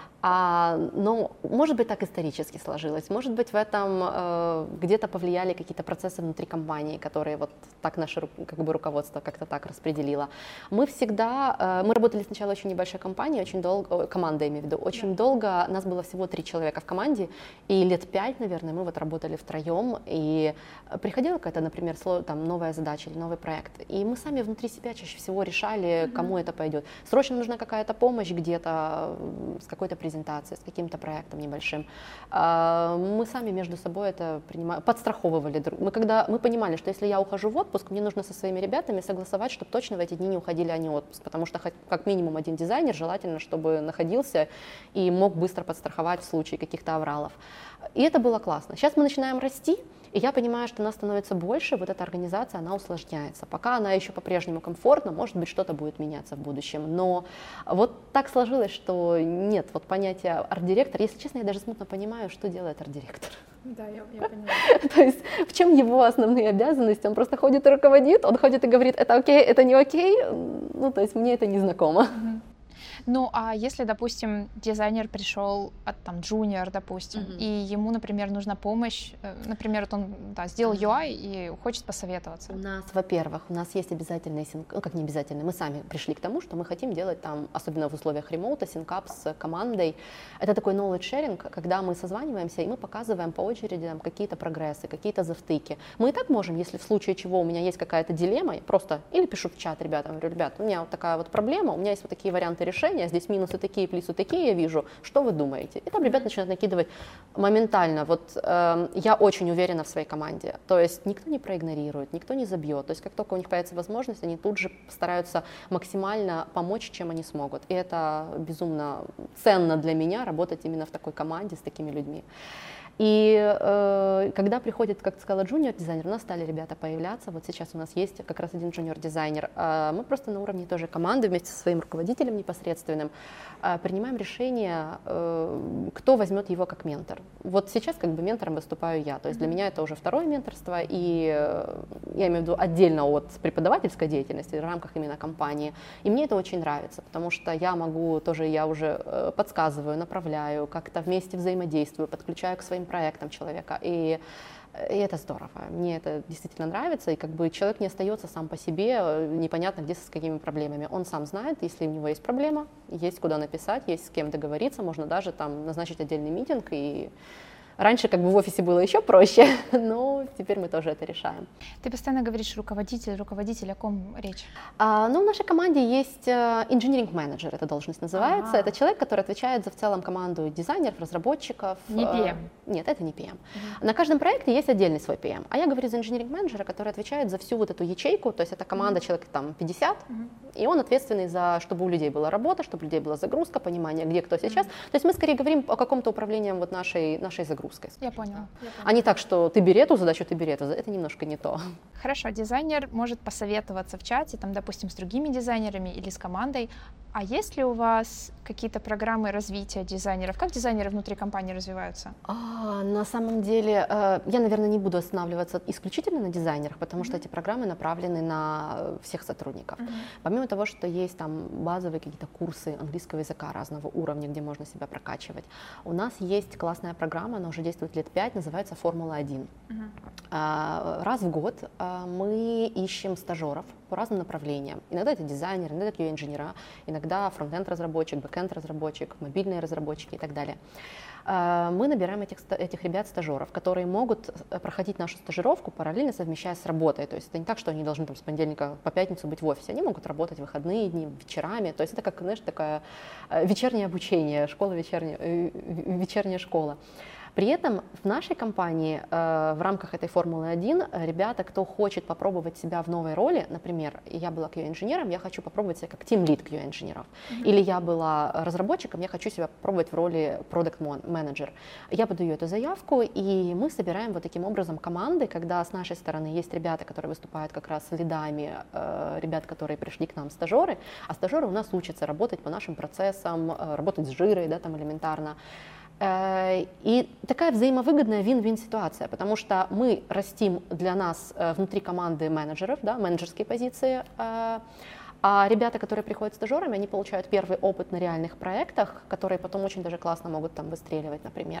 S2: но, может быть, так исторически сложилось. Может быть, в этом где-то повлияли какие-то процессы внутри компании, которые вот так наше как бы руководство как-то так распределило. Мы работали сначала очень небольшой компанией, очень долго, команда, я имею в виду, очень долго, нас было всего 3 человека в команде, и лет 5, наверное, мы вот работали втроем, и приходила какая-то, например, там, новая задача или новый проект, и мы сами внутри себя чаще всего решали, кому это пойдет. Срочно нужна какая-то помощь где-то с какой-то презентацией, с каким-то проектом небольшим. Мы сами между собой это подстраховывали. Мы понимали, что если я ухожу в отпуск, мне нужно со своими ребятами согласовать, чтобы точно в эти дни не уходили они в отпуск, потому что как минимум один дизайнер желательно, чтобы находился и мог быстро подстраховать в случае каких-то авралов. И это было классно. Сейчас мы начинаем расти, и я понимаю, что нас становится больше, вот эта организация, она усложняется. Пока она еще по-прежнему комфортна, может быть, что-то будет меняться в будущем. Но вот так сложилось, что нет, вот понятие арт-директор, если честно, я даже смутно понимаю, что делает арт-директор.
S1: Да, я понимаю.
S2: То есть в чем его основные обязанности? Он просто ходит и руководит, он ходит и говорит, это окей, это не окей. Ну, то есть мне это не знакомо.
S1: Ну, а если, допустим, дизайнер пришел от там джуниор, допустим, и ему, например, нужна помощь, например, вот он сделал UI и хочет посоветоваться.
S2: Во-первых, у нас есть обязательный как не обязательный, мы сами пришли к тому, что мы хотим делать там, особенно в условиях ремоута, синкап с командой. Это такой knowledge sharing, когда мы созваниваемся и мы показываем по очереди там какие-то прогрессы, какие-то завтыки. Мы и так можем, если в случае чего у меня есть какая-то дилемма, просто или пишу в чат ребятам, говорю, ребят, у меня вот такая вот проблема, у меня есть вот такие варианты решения, здесь минусы такие, плюсы такие, я вижу, что вы думаете? И там ребята начинают накидывать моментально. Вот я очень уверена в своей команде, то есть никто не проигнорирует, никто не забьет, то есть как только у них появится возможность, они тут же стараются максимально помочь, чем они смогут. И это безумно ценно для меня, работать именно в такой команде с такими людьми. И когда приходит, как ты сказала, джуниор-дизайнер, у нас стали ребята появляться, вот сейчас у нас есть как раз один джуниор-дизайнер, мы просто на уровне тоже команды вместе со своим руководителем непосредственным принимаем решение, кто возьмет его как ментор. Вот сейчас как бы ментором выступаю я, то есть для меня это уже второе менторство, и я имею в виду отдельно от преподавательской деятельности в рамках именно компании, и мне это очень нравится, потому что я могу тоже, я уже подсказываю, направляю, как-то вместе взаимодействую, подключаю к своим проектам человека, и это здорово, мне это действительно нравится, и как бы человек не остается сам по себе, непонятно где с какими проблемами. Он сам знает, если у него есть проблема, есть куда написать, есть с кем договориться, можно даже там назначить отдельный митинг и Раньше как бы в офисе было еще проще, но теперь мы тоже это решаем.
S1: Ты постоянно говоришь руководитель, о ком речь?
S2: Ну, в нашей команде есть engineering manager, эта должность называется. Это человек, который отвечает за в целом команду дизайнеров, разработчиков.
S1: Не PM?
S2: Нет, это не PM. На каждом проекте есть отдельный свой PM. А я говорю за engineering менеджера, который отвечает за всю вот эту ячейку, то есть это команда человек там 50, и он ответственный за, чтобы у людей была работа, чтобы у людей была загрузка, понимание, где кто сейчас. То есть мы скорее говорим о каком-то управлении вот нашей загрузкой.
S1: Я поняла.
S2: А не так, что ты бери эту задачу, ты бери эту задачу. Это немножко не то.
S1: Хорошо, дизайнер может посоветоваться в чате, там, допустим, с другими дизайнерами или с командой. А есть ли у вас какие-то программы развития дизайнеров? Как дизайнеры внутри компании развиваются?
S2: На самом деле, я, наверное, не буду останавливаться исключительно на дизайнерах, потому что эти программы направлены на всех сотрудников. Помимо того, что есть там базовые какие-то курсы английского языка разного уровня, где можно себя прокачивать, у нас есть классная программа, она уже действует лет 5, называется «Формула-1». Раз в год мы ищем стажеров по разным направлениям. Иногда это дизайнеры, иногда это QA-инженера, иногда фронт-энд разработчик, бэк-энд разработчик, мобильные разработчики и так далее. Мы набираем этих ребят-стажеров, которые могут проходить нашу стажировку, параллельно совмещая с работой. То есть это не так, что они должны там, с понедельника по пятницу быть в офисе. Они могут работать в выходные дни, вечерами. То есть это как, знаешь, такое вечернее обучение, вечерняя школа. При этом в нашей компании в рамках этой Формулы-1 ребята, кто хочет попробовать себя в новой роли, например, я была QA-инженером, я хочу попробовать себя как тим-лид QA-инженеров, или я была разработчиком, я хочу себя попробовать в роли продакт-менеджер. Я подаю эту заявку, и мы собираем вот таким образом команды, когда с нашей стороны есть ребята, которые выступают как раз лидами, ребят, которые пришли к нам стажеры, а стажеры у нас учатся работать по нашим процессам, работать с жирой, да, там элементарно. И такая взаимовыгодная вин-вин ситуация, потому что мы растим для нас внутри команды менеджеров, да, менеджерские позиции, а ребята, которые приходят стажерами, они получают первый опыт на реальных проектах, которые потом очень даже классно могут там выстреливать, например.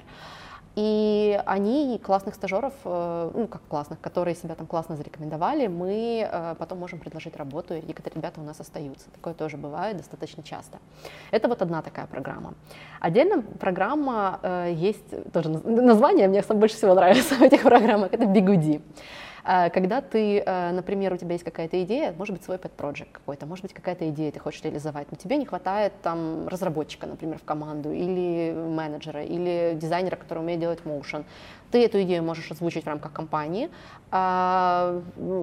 S2: И они классных стажеров, ну как классных, которые себя там классно зарекомендовали, мы потом можем предложить работу, и некоторые ребята у нас остаются. Такое тоже бывает достаточно часто. Это вот одна такая программа. Отдельно программа есть, тоже название мне больше всего нравится в этих программах, это Бигуди. Когда ты, например, у тебя есть какая-то идея, может быть, свой pet-project какой-то, может быть, какая-то идея ты хочешь реализовать, но тебе не хватает там разработчика, например, в команду, или менеджера, или дизайнера, который умеет делать motion. Ты эту идею можешь озвучить в рамках компании. Это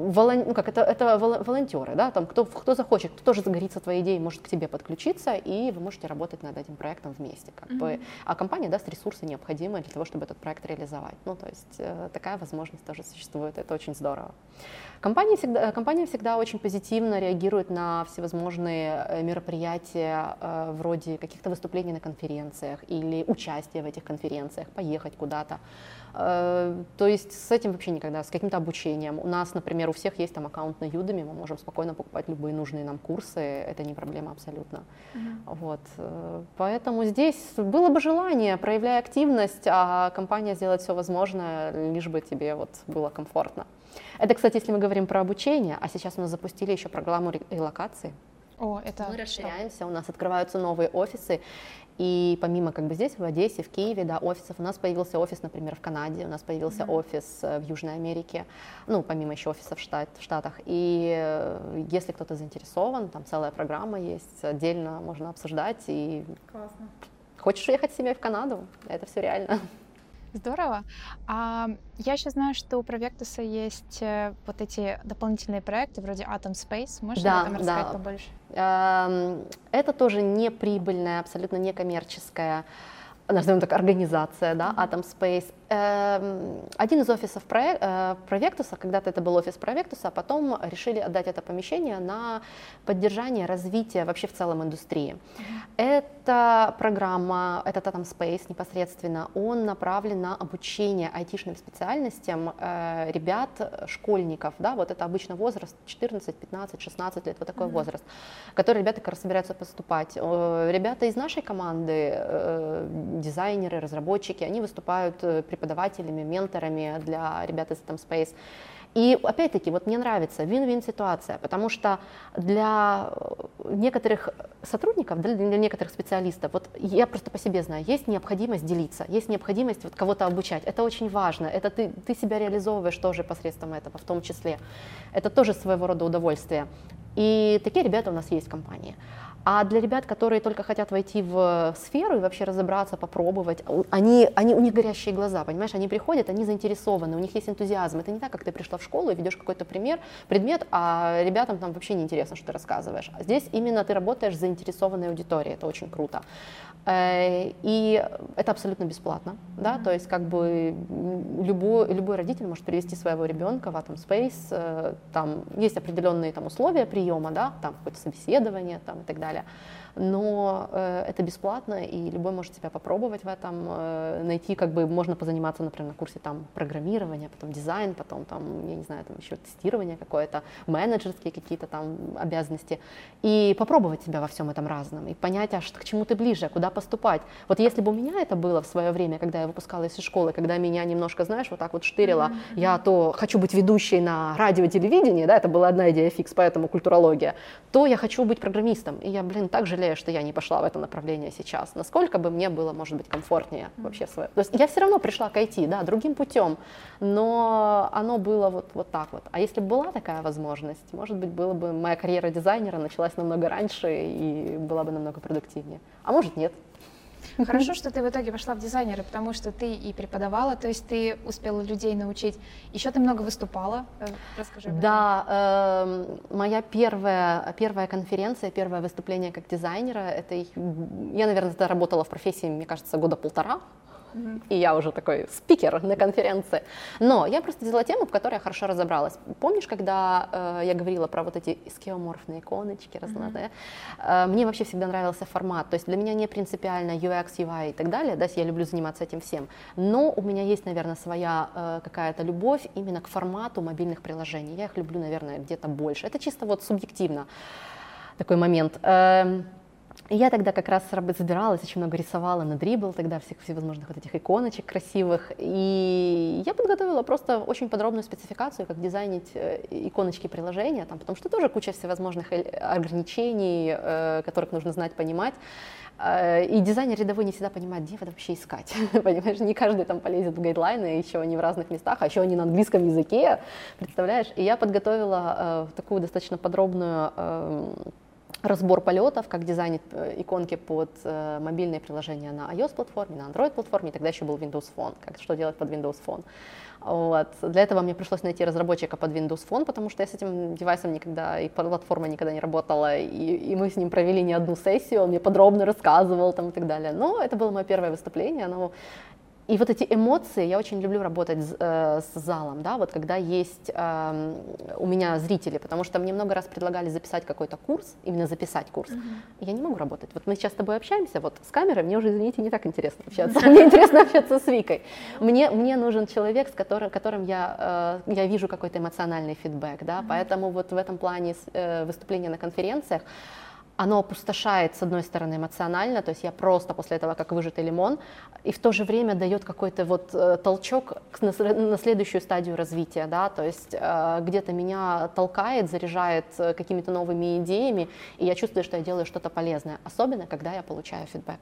S2: волонтеры, да, там, кто захочет, кто тоже загорится твоей идеей, может к тебе подключиться, и вы можете работать над этим проектом вместе. Как бы. А компания даст ресурсы, необходимые для того, чтобы этот проект реализовать. Ну, то есть такая возможность тоже существует, это очень здорово. Компания всегда очень позитивно реагирует на всевозможные мероприятия вроде каких-то выступлений на конференциях или участия в этих конференциях, поехать куда-то. То есть с этим вообще никогда, с каким-то обучением. У нас, например, у всех есть там аккаунт на Udemy, мы можем спокойно покупать любые нужные нам курсы, это не проблема абсолютно. Вот. Поэтому здесь было бы желание, проявляя активность, а компания сделает все возможное, лишь бы тебе вот было комфортно. Это, кстати, если мы говорим про обучение, а сейчас у нас запустили еще программу релокации. Мы расширяемся, у нас открываются новые офисы, и помимо как бы здесь, в Одессе, в Киеве, да, офисов, у нас появился офис, например, в Канаде, у нас появился офис в Южной Америке, ну, помимо еще офисов в Штатах, и если кто-то заинтересован, там целая программа есть, отдельно можно обсуждать, и
S1: Классно.
S2: Хочешь уехать с семьей в Канаду, это все реально.
S1: Здорово. Я еще знаю, что у Провектуса есть вот эти дополнительные проекты вроде Atom Space. Можешь об этом рассказать побольше?
S2: Это тоже не прибыльная, абсолютно некоммерческая, назовем так, организация, да, Atom Space. Один из офисов Провектуса, когда-то это был офис Провектуса, а потом решили отдать это помещение на поддержание развития вообще в целом индустрии. Эта программа, этот Atom Space непосредственно, он направлен на обучение айтишным специальностям ребят, школьников, да, вот это обычно возраст 14, 15, 16 лет, вот такой возраст, которые ребята как раз собираются поступать. Ребята из нашей команды, дизайнеры, разработчики, они выступают преподавателями, менторами для ребят из Atom Space. И опять-таки, вот мне нравится win-win ситуация, потому что для некоторых сотрудников, для некоторых специалистов, вот я просто по себе знаю, есть необходимость делиться, есть необходимость вот кого-то обучать. Это очень важно, это ты себя реализовываешь тоже посредством этого, в том числе. Это тоже своего рода удовольствие. И такие ребята у нас есть в компании. А для ребят, которые только хотят войти в сферу и вообще разобраться, попробовать, у них горящие глаза, понимаешь, они приходят, они заинтересованы, у них есть энтузиазм. Это не так, как ты пришла в школу и ведешь какой-то предмет, а ребятам там вообще не интересно, что ты рассказываешь. А здесь именно ты работаешь с заинтересованной аудиторией, это очень круто. И это абсолютно бесплатно, да, то есть как бы любой родитель может привести своего ребенка в Atom Space, там есть определенные там условия приема, да, там какое-то собеседование там, и так далее, но это бесплатно, и любой может себя попробовать в этом, найти, как бы можно позаниматься, например, на курсе там программирования, потом дизайн, потом там, я не знаю, там еще тестирование какое-то, менеджерские какие-то там обязанности, и попробовать себя во всем этом разном, и понять, к чему ты ближе, куда поступать. Вот если бы у меня это было в свое время, когда я выпускалась из школы, когда меня немножко, знаешь, вот так вот штырило, я то хочу быть ведущей на радио, телевидении, да, это была одна идея фикс, поэтому культурология, то я хочу быть программистом, и я, так жалею, что я не пошла в это направление сейчас. Насколько бы мне было, может быть, комфортнее вообще свое. То есть я все равно пришла к IT, да, другим путем, но оно было вот так вот. А если бы была такая возможность, может быть, было бы моя карьера дизайнера началась намного раньше и была бы намного продуктивнее. А может, нет.
S1: Хорошо, что ты в итоге пошла в дизайнеры, потому что ты и преподавала, то есть ты успела людей научить. Еще ты много выступала. Расскажи об этом.
S2: Да, моя первая конференция, первое выступление как дизайнера, я, наверное, тогда работала в профессии, мне кажется, года полтора. И я уже такой спикер на конференции. Но я просто взяла тему, в которой я хорошо разобралась. Помнишь, когда я говорила про вот эти скеоморфные иконочки разные? Мне вообще всегда нравился формат. То есть для меня не принципиально UX, UI и так далее. Да, я люблю заниматься этим всем. Но у меня есть, наверное, своя какая-то любовь именно к формату мобильных приложений. Я их люблю, наверное, где-то больше. Это чисто вот субъективно такой момент. И я тогда как раз забиралась, очень много рисовала на Dribbble, тогда всевозможных вот этих иконочек красивых. И я подготовила просто очень подробную спецификацию, как дизайнить иконочки приложения, там, потому что тоже куча всевозможных ограничений, которых нужно знать, понимать. И дизайнер рядовой не всегда понимает, где это вообще искать. Понимаешь, не каждый там полезет в гайдлайны, еще они в разных местах, а еще они на английском языке, представляешь? И я подготовила такую достаточно подробную разбор полетов, как дизайнить иконки под мобильные приложения на iOS-платформе, на Android-платформе, и тогда еще был Windows Phone, что делать под Windows Phone. Вот. Для этого мне пришлось найти разработчика под Windows Phone, потому что я с этим девайсом никогда, и платформа никогда не работала, и мы с ним провели не одну сессию, он мне подробно рассказывал там, и так далее. Но это было мое первое выступление, и вот эти эмоции, я очень люблю работать с залом, да, вот когда есть у меня зрители, потому что мне много раз предлагали записать какой-то курс, именно записать курс, и я не могу работать. Вот мы сейчас с тобой общаемся, вот с камерой, мне уже, извините, не так интересно общаться, мне интересно общаться с Викой. Мне нужен человек, с которым я вижу какой-то эмоциональный фидбэк, да, поэтому вот в этом плане выступления на конференциях, оно опустошает, с одной стороны, эмоционально, то есть я просто после этого как выжатый лимон, и в то же время дает какой-то вот толчок на следующую стадию развития, да, то есть где-то меня толкает, заряжает какими-то новыми идеями, и я чувствую, что я делаю что-то полезное, особенно когда я получаю фидбэк.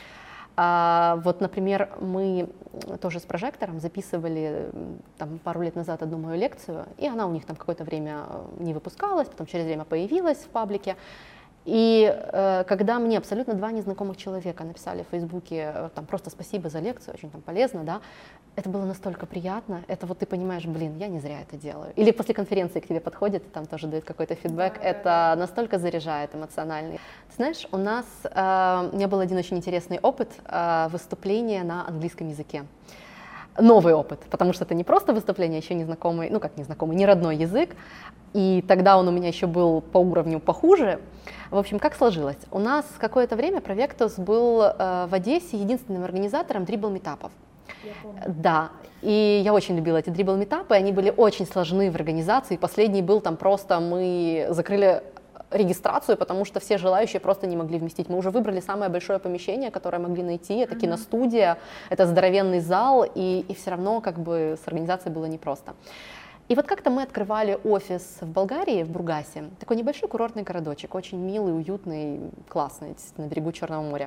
S2: Вот, например, мы тоже с прожектором записывали там, пару лет назад одну мою лекцию, и она у них там какое-то время не выпускалась, потом через время появилась в паблике. И когда мне абсолютно два незнакомых человека написали в Фейсбуке там, просто спасибо за лекцию, очень там полезно, да, это было настолько приятно, это вот ты понимаешь, блин, я не зря это делаю. Или после конференции к тебе подходит, и там тоже дает какой-то фидбэк, это настолько заряжает эмоционально. Ты знаешь, у меня был один очень интересный опыт выступления на английском языке. Новый опыт, потому что это не просто выступление, еще незнакомый, ну как незнакомый, не родной язык, и тогда он у меня еще был по уровню похуже. В общем, как сложилось? У нас какое-то время Провектус был в Одессе единственным организатором дрибл-митапов. Да, и я очень любила эти дрибл-митапы, они были очень сложны в организации, последний был там просто, мы закрыли регистрацию, потому что все желающие просто не могли вместить. Мы уже выбрали самое большое помещение, которое могли найти, это киностудия, это здоровенный зал, и все равно как бы с организацией было непросто. И вот как-то мы открывали офис в Болгарии, в Бургасе, такой небольшой курортный городочек, очень милый, уютный, классный, на берегу Черного моря.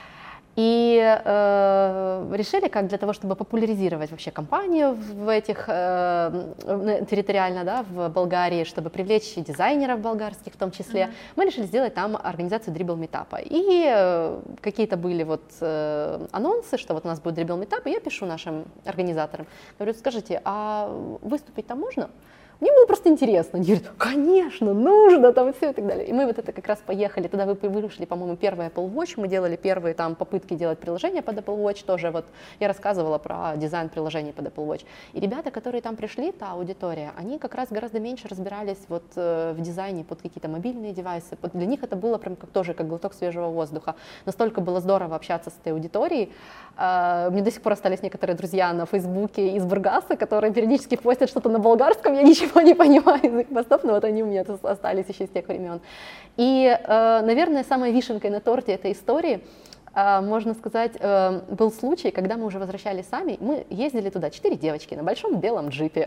S2: И решили, как для того, чтобы популяризировать вообще компанию в этих, территориально, да, в Болгарии, чтобы привлечь дизайнеров болгарских в том числе, мы решили сделать там организацию Dribble Meetup. И какие-то были вот анонсы, что вот у нас будет Dribble Meetup, и я пишу нашим организаторам, говорю, скажите, а выступить там можно? Мне было просто интересно. Они говорят, конечно, нужно, там и все и так далее. И мы вот это как раз поехали, тогда вышли, по-моему, первый Apple Watch, мы делали первые там попытки делать приложение под Apple Watch, тоже вот я рассказывала про дизайн приложений под Apple Watch. И ребята, которые там пришли, та аудитория, они как раз гораздо меньше разбирались вот в дизайне под какие-то мобильные девайсы. Для них это было прям тоже как глоток свежего воздуха. Настолько было здорово общаться с этой аудиторией. Мне до сих пор остались некоторые друзья на Фейсбуке из Бургаса, которые периодически постят что-то на болгарском, я ничего не понимаю из их постов, но вот они у меня остались еще с тех времен. И, наверное, самой вишенкой на торте этой истории, можно сказать, был случай, когда мы уже возвращались сами, мы ездили туда, 4 девочки на большом белом джипе.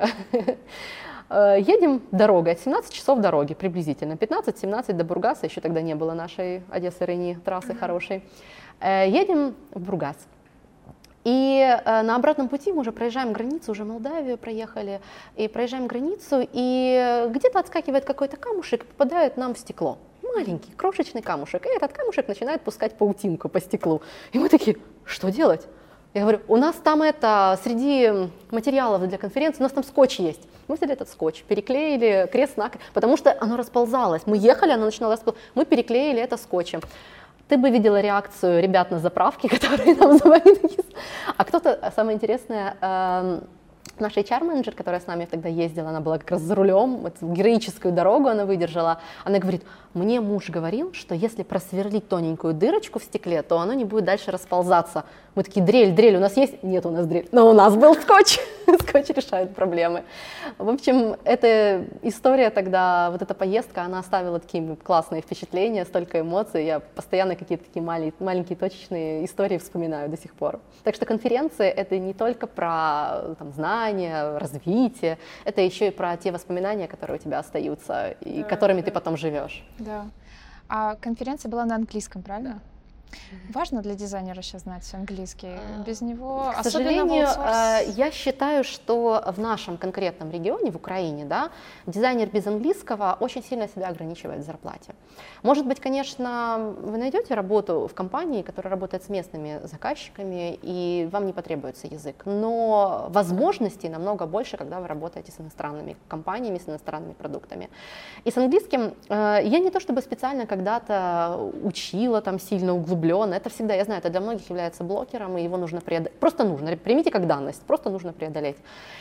S2: Едем дорогой, 17 часов дороги приблизительно, 15-17 до Бургаса, еще тогда не было нашей Одессы-Рени трассы хорошей. Едем в Бургас. И на обратном пути мы уже проезжаем границу, уже Молдавию проехали, и проезжаем границу, и где-то отскакивает какой-то камушек, попадает нам в стекло. Маленький, крошечный камушек. И этот камушек начинает пускать паутинку по стеклу. И мы такие, что делать? Я говорю, у нас там среди материалов для конференции, у нас там скотч есть. Мы взяли этот скотч, переклеили крест-накрест, потому что оно расползалось. Мы ехали, оно начинало расползаться, мы переклеили это скотчем. Ты бы видела реакцию ребят на заправке, которые нам звонили. А кто-то, самое интересное, наша HR-менеджер, которая с нами тогда ездила, она была как раз за рулем, эту героическую дорогу она выдержала, она говорит, мне муж говорил, что если просверлить тоненькую дырочку в стекле, то оно не будет дальше расползаться. Мы такие, дрель у нас есть? Нет, у нас дрель. Но у нас был скотч. Скотч решает проблемы. В общем, эта история тогда, вот эта поездка, она оставила такие классные впечатления, столько эмоций. Я постоянно какие-то такие маленькие точечные истории вспоминаю до сих пор. Так что конференции — это не только про там, знания, развитие, это еще и про те воспоминания, которые у тебя остаются и которыми ты потом живешь.
S1: Да. А конференция была на английском, правильно? Важно для дизайнера сейчас знать английский. Без него,
S2: к сожалению, я считаю, что в нашем конкретном регионе, в Украине, да, дизайнер без английского очень сильно себя ограничивает в зарплате. Может быть, конечно, вы найдете работу в компании, которая работает с местными заказчиками, и вам не потребуется язык, но возможностей намного больше, когда вы работаете с иностранными компаниями, с иностранными продуктами. И с английским я не то чтобы специально когда-то учила там сильно углубленно, это всегда, я знаю, это для многих является блокером, и его нужно преодолеть. Просто нужно, примите как данность, просто нужно преодолеть.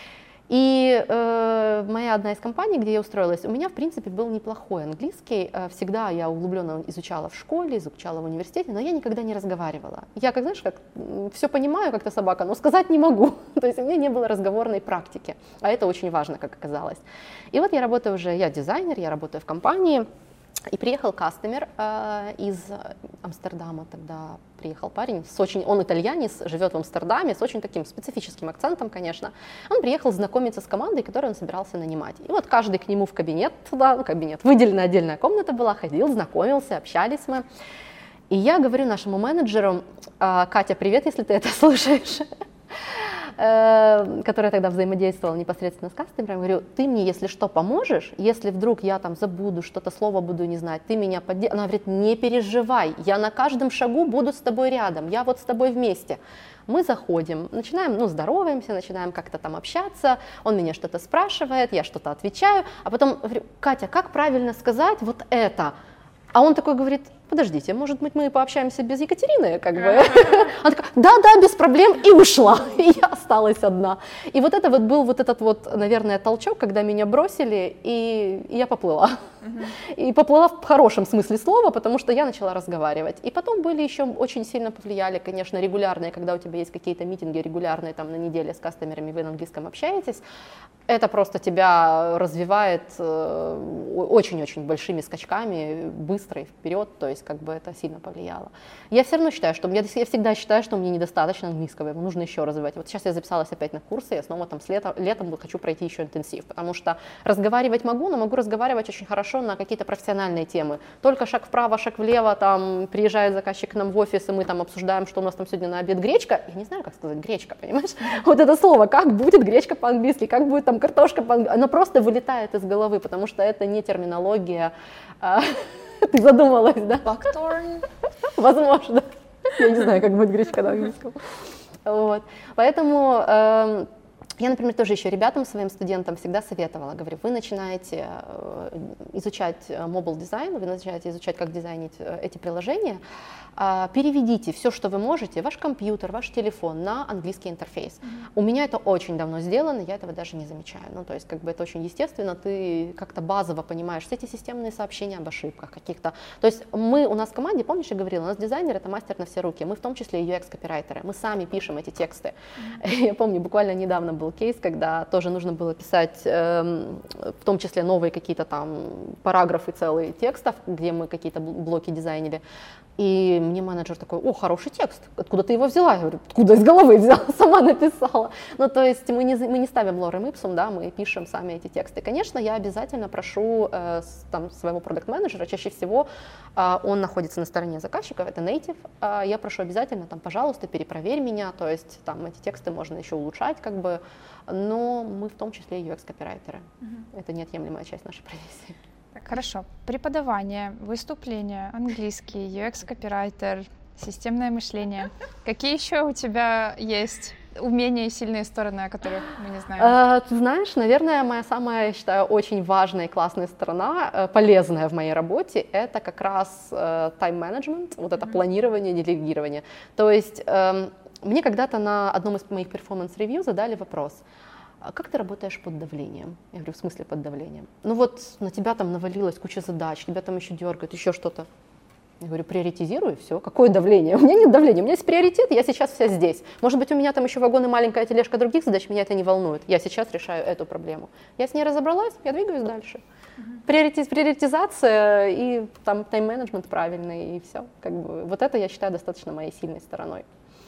S2: И моя одна из компаний, где я устроилась, у меня, в принципе, был неплохой английский. Всегда я углубленно изучала в школе, изучала в университете, но я никогда не разговаривала. Я, как знаешь, как все понимаю, как-то собака, но сказать не могу. То есть у меня не было разговорной практики, а это очень важно, как оказалось. И вот я работаю уже, я дизайнер, я работаю в компании. И приехал кастомер из Амстердама, тогда приехал парень, он итальянец, живет в Амстердаме, с очень таким специфическим акцентом, конечно. Он приехал знакомиться с командой, которую он собирался нанимать. И вот каждый к нему в кабинет, туда, кабинет, выделенная отдельная комната была, ходил, знакомился, общались мы. И я говорю нашему менеджеру, Катя, привет, если ты это слушаешь, которая тогда взаимодействовала непосредственно с кастомером, говорю, ты мне, если что, поможешь, если вдруг я там забуду, что-то слово буду не знать, ты меня поддержишь. Она говорит, не переживай, я на каждом шагу буду с тобой рядом, я вот с тобой вместе. Мы заходим, начинаем, здороваемся, начинаем как-то там общаться, он меня что-то спрашивает, я что-то отвечаю, а потом говорю, Катя, как правильно сказать вот это? А он такой говорит, подождите, может быть, мы пообщаемся без Екатерины, как бы. Она такая, да, без проблем, и ушла, и я осталась одна. И вот это вот был вот этот вот, наверное, толчок, когда меня бросили, и я поплыла. И поплыла в хорошем смысле слова, потому что я начала разговаривать. И потом были еще, очень сильно повлияли, конечно, регулярные, когда у тебя есть какие-то митинги регулярные, там на неделе с кастомерами, вы на английском общаетесь, это просто тебя развивает очень-очень большими скачками, быстро и вперед, то есть есть как бы это сильно повлияло. Я все равно считаю, что я всегда считаю, что мне недостаточно английского, его нужно еще развивать. Вот сейчас я записалась опять на курсы, я снова там летом хочу пройти еще интенсив, потому что разговаривать могу, но могу разговаривать очень хорошо на какие-то профессиональные темы. Только шаг вправо, шаг влево, там приезжает заказчик к нам в офис, и мы там обсуждаем, что у нас там сегодня на обед гречка. Я не знаю, как сказать гречка, понимаешь? Вот это слово, как будет гречка по-английски, как будет там картошка по-английски, оно просто вылетает из головы, потому что это не терминология. Ты задумалась, да?
S1: Buckthorn?
S2: Возможно. Я не знаю, как будет гречка на английском. Вот. Поэтому я, например, тоже еще ребятам, своим студентам всегда советовала, говорю, вы начинаете изучать mobile дизайн, вы начинаете изучать, как дизайнить эти приложения, переведите все, что вы можете, ваш компьютер, ваш телефон на английский интерфейс. У меня это очень давно сделано, я этого даже не замечаю. Ну, то есть, как бы это очень естественно, ты как-то базово понимаешь все эти системные сообщения об ошибках каких-то. То есть у нас в команде, помнишь, я говорила, у нас дизайнер — это мастер на все руки, мы в том числе и UX-копирайтеры, мы сами пишем эти тексты. Я помню, буквально недавно был кейс, когда тоже нужно было писать, в том числе новые какие-то там параграфы целые текстов, где мы какие-то блоки дизайнили. И мне менеджер такой: о, хороший текст, откуда ты его взяла? Я говорю: откуда, из головы взяла, сама написала. Ну, то есть мы не ставим лорем ипсум, да, мы пишем сами эти тексты. Конечно, я обязательно прошу там своего продакт-менеджера, чаще всего он находится на стороне заказчиков, это native, я прошу обязательно, там, пожалуйста, перепроверь меня, то есть там эти тексты можно еще улучшать, как бы, но мы в том числе и UX-копирайтеры. Это неотъемлемая часть нашей профессии.
S1: Хорошо. Преподавание, выступление, английский, UX-копирайтер, системное мышление. Какие еще у тебя есть умения и сильные стороны, о которых мы не знаем?
S2: Ты знаешь, наверное, моя самая, я считаю, очень важная и классная сторона, полезная в моей работе, это как раз тайм-менеджмент, вот это планирование, делегирование. То есть мне когда-то на одном из моих перформанс-ревью задали вопрос: как ты работаешь под давлением? Я говорю: в смысле под давлением? Ну вот на тебя там навалилась куча задач, тебя там еще дергает, еще что-то. Я говорю: приоритизируй, и все. Какое давление? У меня нет давления, у меня есть приоритет, я сейчас вся здесь. Может быть, у меня там еще вагон и маленькая тележка других задач, меня это не волнует. Я сейчас решаю эту проблему. Я с ней разобралась, я двигаюсь дальше. Приоритизация и там тайм-менеджмент правильный, и все. Как бы, вот это, я считаю, достаточно моей сильной стороной.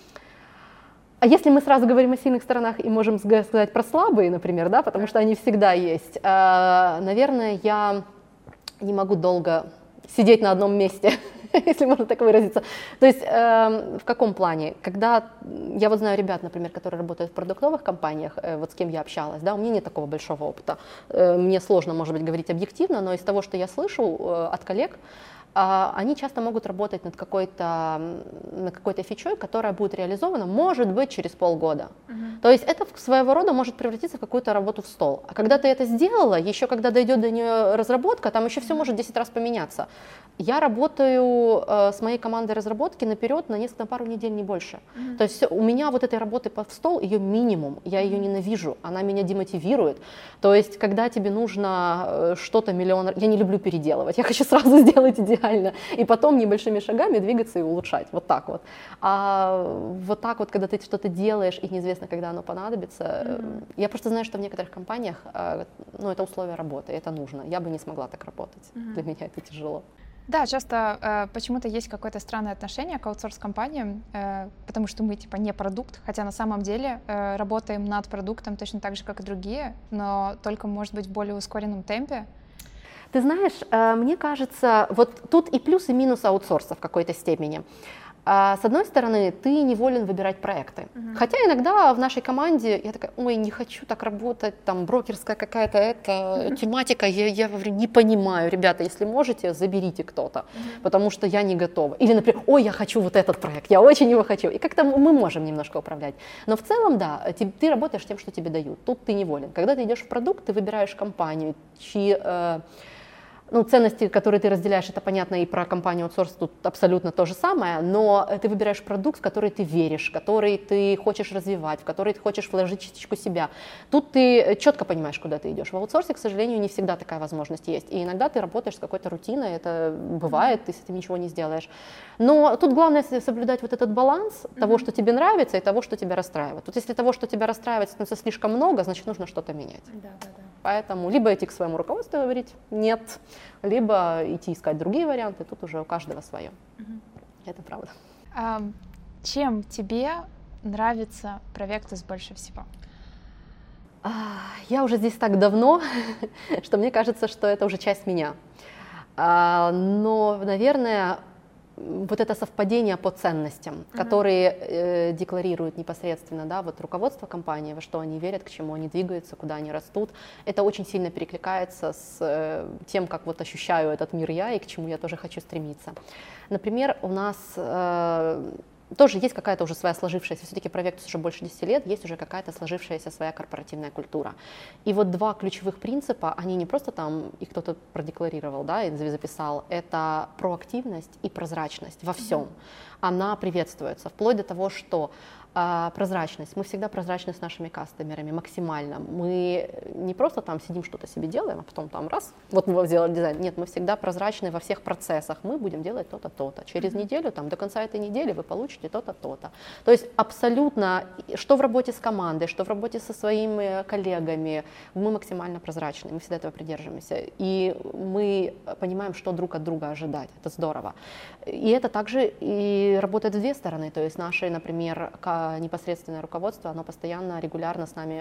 S2: А если мы сразу говорим о сильных сторонах и можем сказать про слабые, например, да, потому что они всегда есть, наверное, я не могу долго сидеть на одном месте, если можно так выразиться. То есть в каком плане? Когда я вот знаю ребят, например, которые работают в продуктовых компаниях, вот с кем я общалась, да, у меня нет такого большого опыта. Мне сложно, может быть, говорить объективно, но из того, что я слышу от коллег, они часто могут работать над какой-то фичой, которая будет реализована, может быть, через полгода. То есть это своего рода может превратиться в какую-то работу в стол. А когда ты это сделала, еще когда дойдет до нее разработка, там еще все может 10 раз поменяться. Я работаю с моей командой разработки наперед на пару недель, не больше. То есть у меня вот этой работы в стол, ее минимум, я ее ненавижу, она меня демотивирует. То есть когда тебе нужно что-то миллион... Я не люблю переделывать, я хочу сразу сделать идеально, и потом небольшими шагами двигаться и улучшать, вот так вот. А вот так вот, когда ты что-то делаешь, и неизвестно, когда оно понадобится, я просто знаю, что в некоторых компаниях, ну, это условия работы, это нужно. Я бы не смогла так работать, для меня это тяжело.
S1: Да, часто почему-то есть какое-то странное отношение к аутсорс-компаниям, потому что мы типа не продукт, хотя на самом деле работаем над продуктом точно так же, как и другие, но только, может быть, в более ускоренном темпе.
S2: Ты знаешь, мне кажется, вот тут и плюс, и минус аутсорса в какой-то степени. С одной стороны, ты неволен выбирать проекты. Хотя иногда в нашей команде я такая: ой, не хочу так работать, там брокерская какая-то тематика, я говорю, не понимаю, ребята, если можете, заберите кто-то, потому что я не готова. Или, например, ой, я хочу вот этот проект, я очень его хочу. И как-то мы можем немножко управлять. Но в целом, да, ты работаешь тем, что тебе дают. Тут ты неволен. Когда ты идешь в продукт, ты выбираешь компанию, чьи... Ну, ценности, которые ты разделяешь, это понятно и про компанию аутсорс, тут абсолютно то же самое, но ты выбираешь продукт, в который ты веришь, который ты хочешь развивать, в который ты хочешь вложить частичку себя. Тут ты четко понимаешь, куда ты идешь. В аутсорсе, к сожалению, не всегда такая возможность есть. И иногда ты работаешь с какой-то рутиной, это бывает, ты с этим ничего не сделаешь. Но тут главное соблюдать вот этот баланс того, что тебе нравится, и того, что тебя расстраивает. Вот если того, что тебя расстраивает, становится слишком много, значит, нужно что-то менять.
S1: Да.
S2: Поэтому либо идти к своему руководству и говорить «нет», либо идти искать другие варианты, тут уже у каждого свое. Это правда.
S1: Чем тебе нравится Провектус больше всего?
S2: Я уже здесь так давно, что мне кажется, что это уже часть меня. Но, наверное, вот это совпадение по ценностям, которые декларируют непосредственно, да, вот руководство компании, во что они верят, к чему они двигаются, куда они растут, это очень сильно перекликается с тем, как вот ощущаю этот мир я и к чему я тоже хочу стремиться. Например, у нас тоже есть какая-то уже своя сложившаяся, все-таки Провектус уже больше 10 лет, есть уже какая-то сложившаяся своя корпоративная культура. И вот два ключевых принципа, они не просто там, их кто-то продекларировал, да, и записал, это проактивность и прозрачность во всем. Она приветствуется, вплоть до того, что прозрачность, мы всегда прозрачны с нашими кастомерами максимально. Мы не просто там сидим, что-то себе делаем, а потом там раз, вот мы сделали дизайн. Нет, мы всегда прозрачны во всех процессах. Мы будем делать то-то, то-то. Через неделю, там, до конца этой недели вы получите то-то, то-то. То есть абсолютно, что в работе с командой, что в работе со своими коллегами, мы максимально прозрачны, мы всегда этого придерживаемся. И мы понимаем, что друг от друга ожидать. Это здорово. И это также и работает в две стороны. То есть наши, например, непосредственное руководство, оно постоянно, регулярно с нами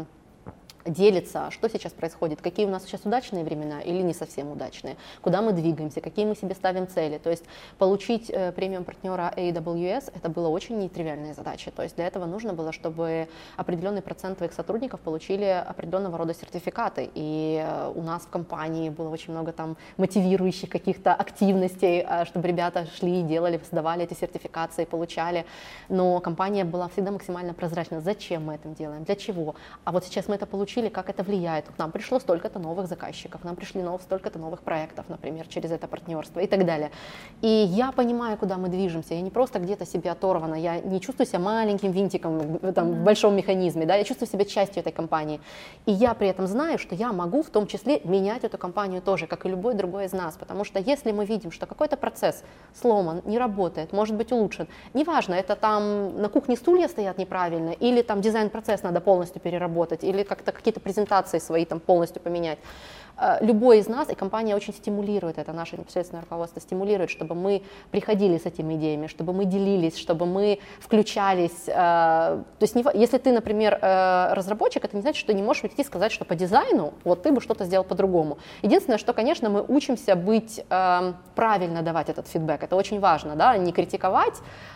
S2: делится, что сейчас происходит, какие у нас сейчас удачные времена или не совсем удачные, куда мы двигаемся, какие мы себе ставим цели. То есть получить премиум партнера AWS это была очень нетривиальная задача. То есть для этого нужно было, чтобы определенный процент твоих сотрудников получили определенного рода сертификаты. И у нас в компании было очень много там мотивирующих каких-то активностей, чтобы ребята шли, делали, сдавали эти сертификации, получали. Но компания была всегда максимально прозрачна. Зачем мы это делаем, для чего? А вот сейчас мы это получили, как это влияет. К нам пришло столько-то новых заказчиков, к нам пришли столько-то новых проектов, например, через это партнерство и так далее. И я понимаю, куда мы движемся. Я не просто где-то себе оторвана, я не чувствую себя маленьким винтиком там, в большом механизме, да, я чувствую себя частью этой компании. И я при этом знаю, что я могу в том числе менять эту компанию тоже, как и любой другой из нас. Потому что если мы видим, что какой-то процесс сломан, не работает, может быть улучшен, неважно, это там на кухне стулья стоят неправильно, или там дизайн-процесс надо полностью переработать, или как-то какие-то презентации свои там полностью поменять. Любой из нас, и компания очень стимулирует это, наше непосредственное руководство стимулирует, чтобы мы приходили с этими идеями, чтобы мы делились, чтобы мы включались. То есть если ты, например, разработчик, это не значит, что ты не можешь прийти и сказать, что по дизайну вот ты бы что-то сделал по-другому. Единственное, что, конечно, мы учимся быть, правильно давать этот фидбэк. Это очень важно, да, не критиковать,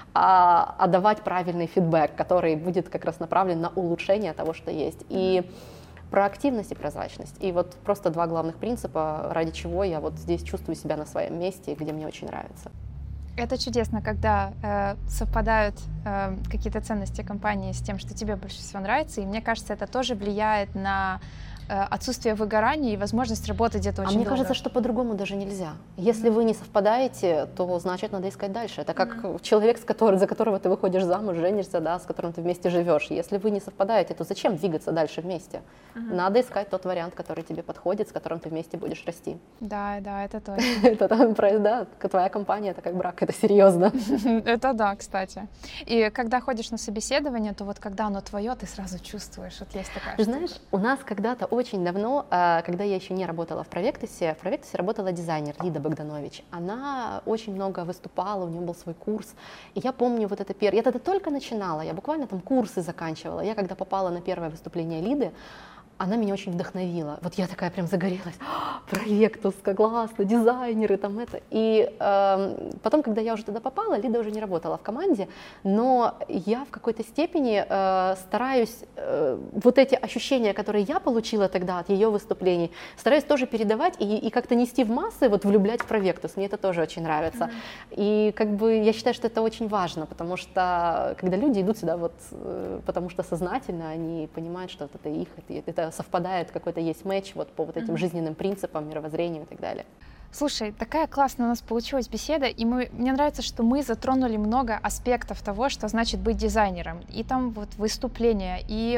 S2: а давать правильный фидбэк, который будет как раз направлен на улучшение того, что есть. И проактивность и прозрачность. И вот просто два главных принципа, ради чего я вот здесь чувствую себя на своем месте, где мне очень нравится.
S1: Это чудесно, когда совпадают какие-то ценности компании с тем, что тебе больше всего нравится. И мне кажется, это тоже влияет на отсутствие выгорания и возможность работать где-то очень
S2: мне
S1: долго.
S2: кажется, что по-другому даже нельзя. Если вы не совпадаете, то значит надо искать дальше. Это как человек, за которого ты выходишь замуж, женишься, да, с которым ты вместе живешь. Если вы не совпадаете, то зачем двигаться дальше вместе? Надо искать тот вариант, который тебе подходит, с которым ты вместе будешь расти.
S1: Да, это точно.
S2: Это твоя компания, это как брак, это серьезно.
S1: Это да, кстати. И когда ходишь на собеседование, то вот когда оно твое, ты сразу чувствуешь, вот есть такая штука.
S2: Знаешь, у нас когда-то очень давно, когда я еще не работала в Провектусе работала дизайнер Лида Богданович. Она очень много выступала, у нее был свой курс. И я помню вот это первое, я тогда только начинала, я буквально там курсы заканчивала. Я когда попала на первое выступление Лиды, она меня очень вдохновила. Вот я такая прям загорелась. Провектус, как классно, дизайнеры, там это. И потом, когда я уже туда попала, Лида уже не работала в команде, но я в какой-то степени стараюсь вот эти ощущения, которые я получила тогда от ее выступлений, стараюсь тоже передавать и как-то нести в массы, вот влюблять в Провектус. Мне это тоже очень нравится. И как бы я считаю, что это очень важно, потому что когда люди идут сюда вот потому что сознательно, они понимают, что вот это их, это совпадает, какой-то есть матч вот по вот этим жизненным принципам, мировоззрению и так далее.
S1: Слушай, такая классная у нас получилась беседа, и мне нравится, что мы затронули много аспектов того, что значит быть дизайнером. И там вот выступления, и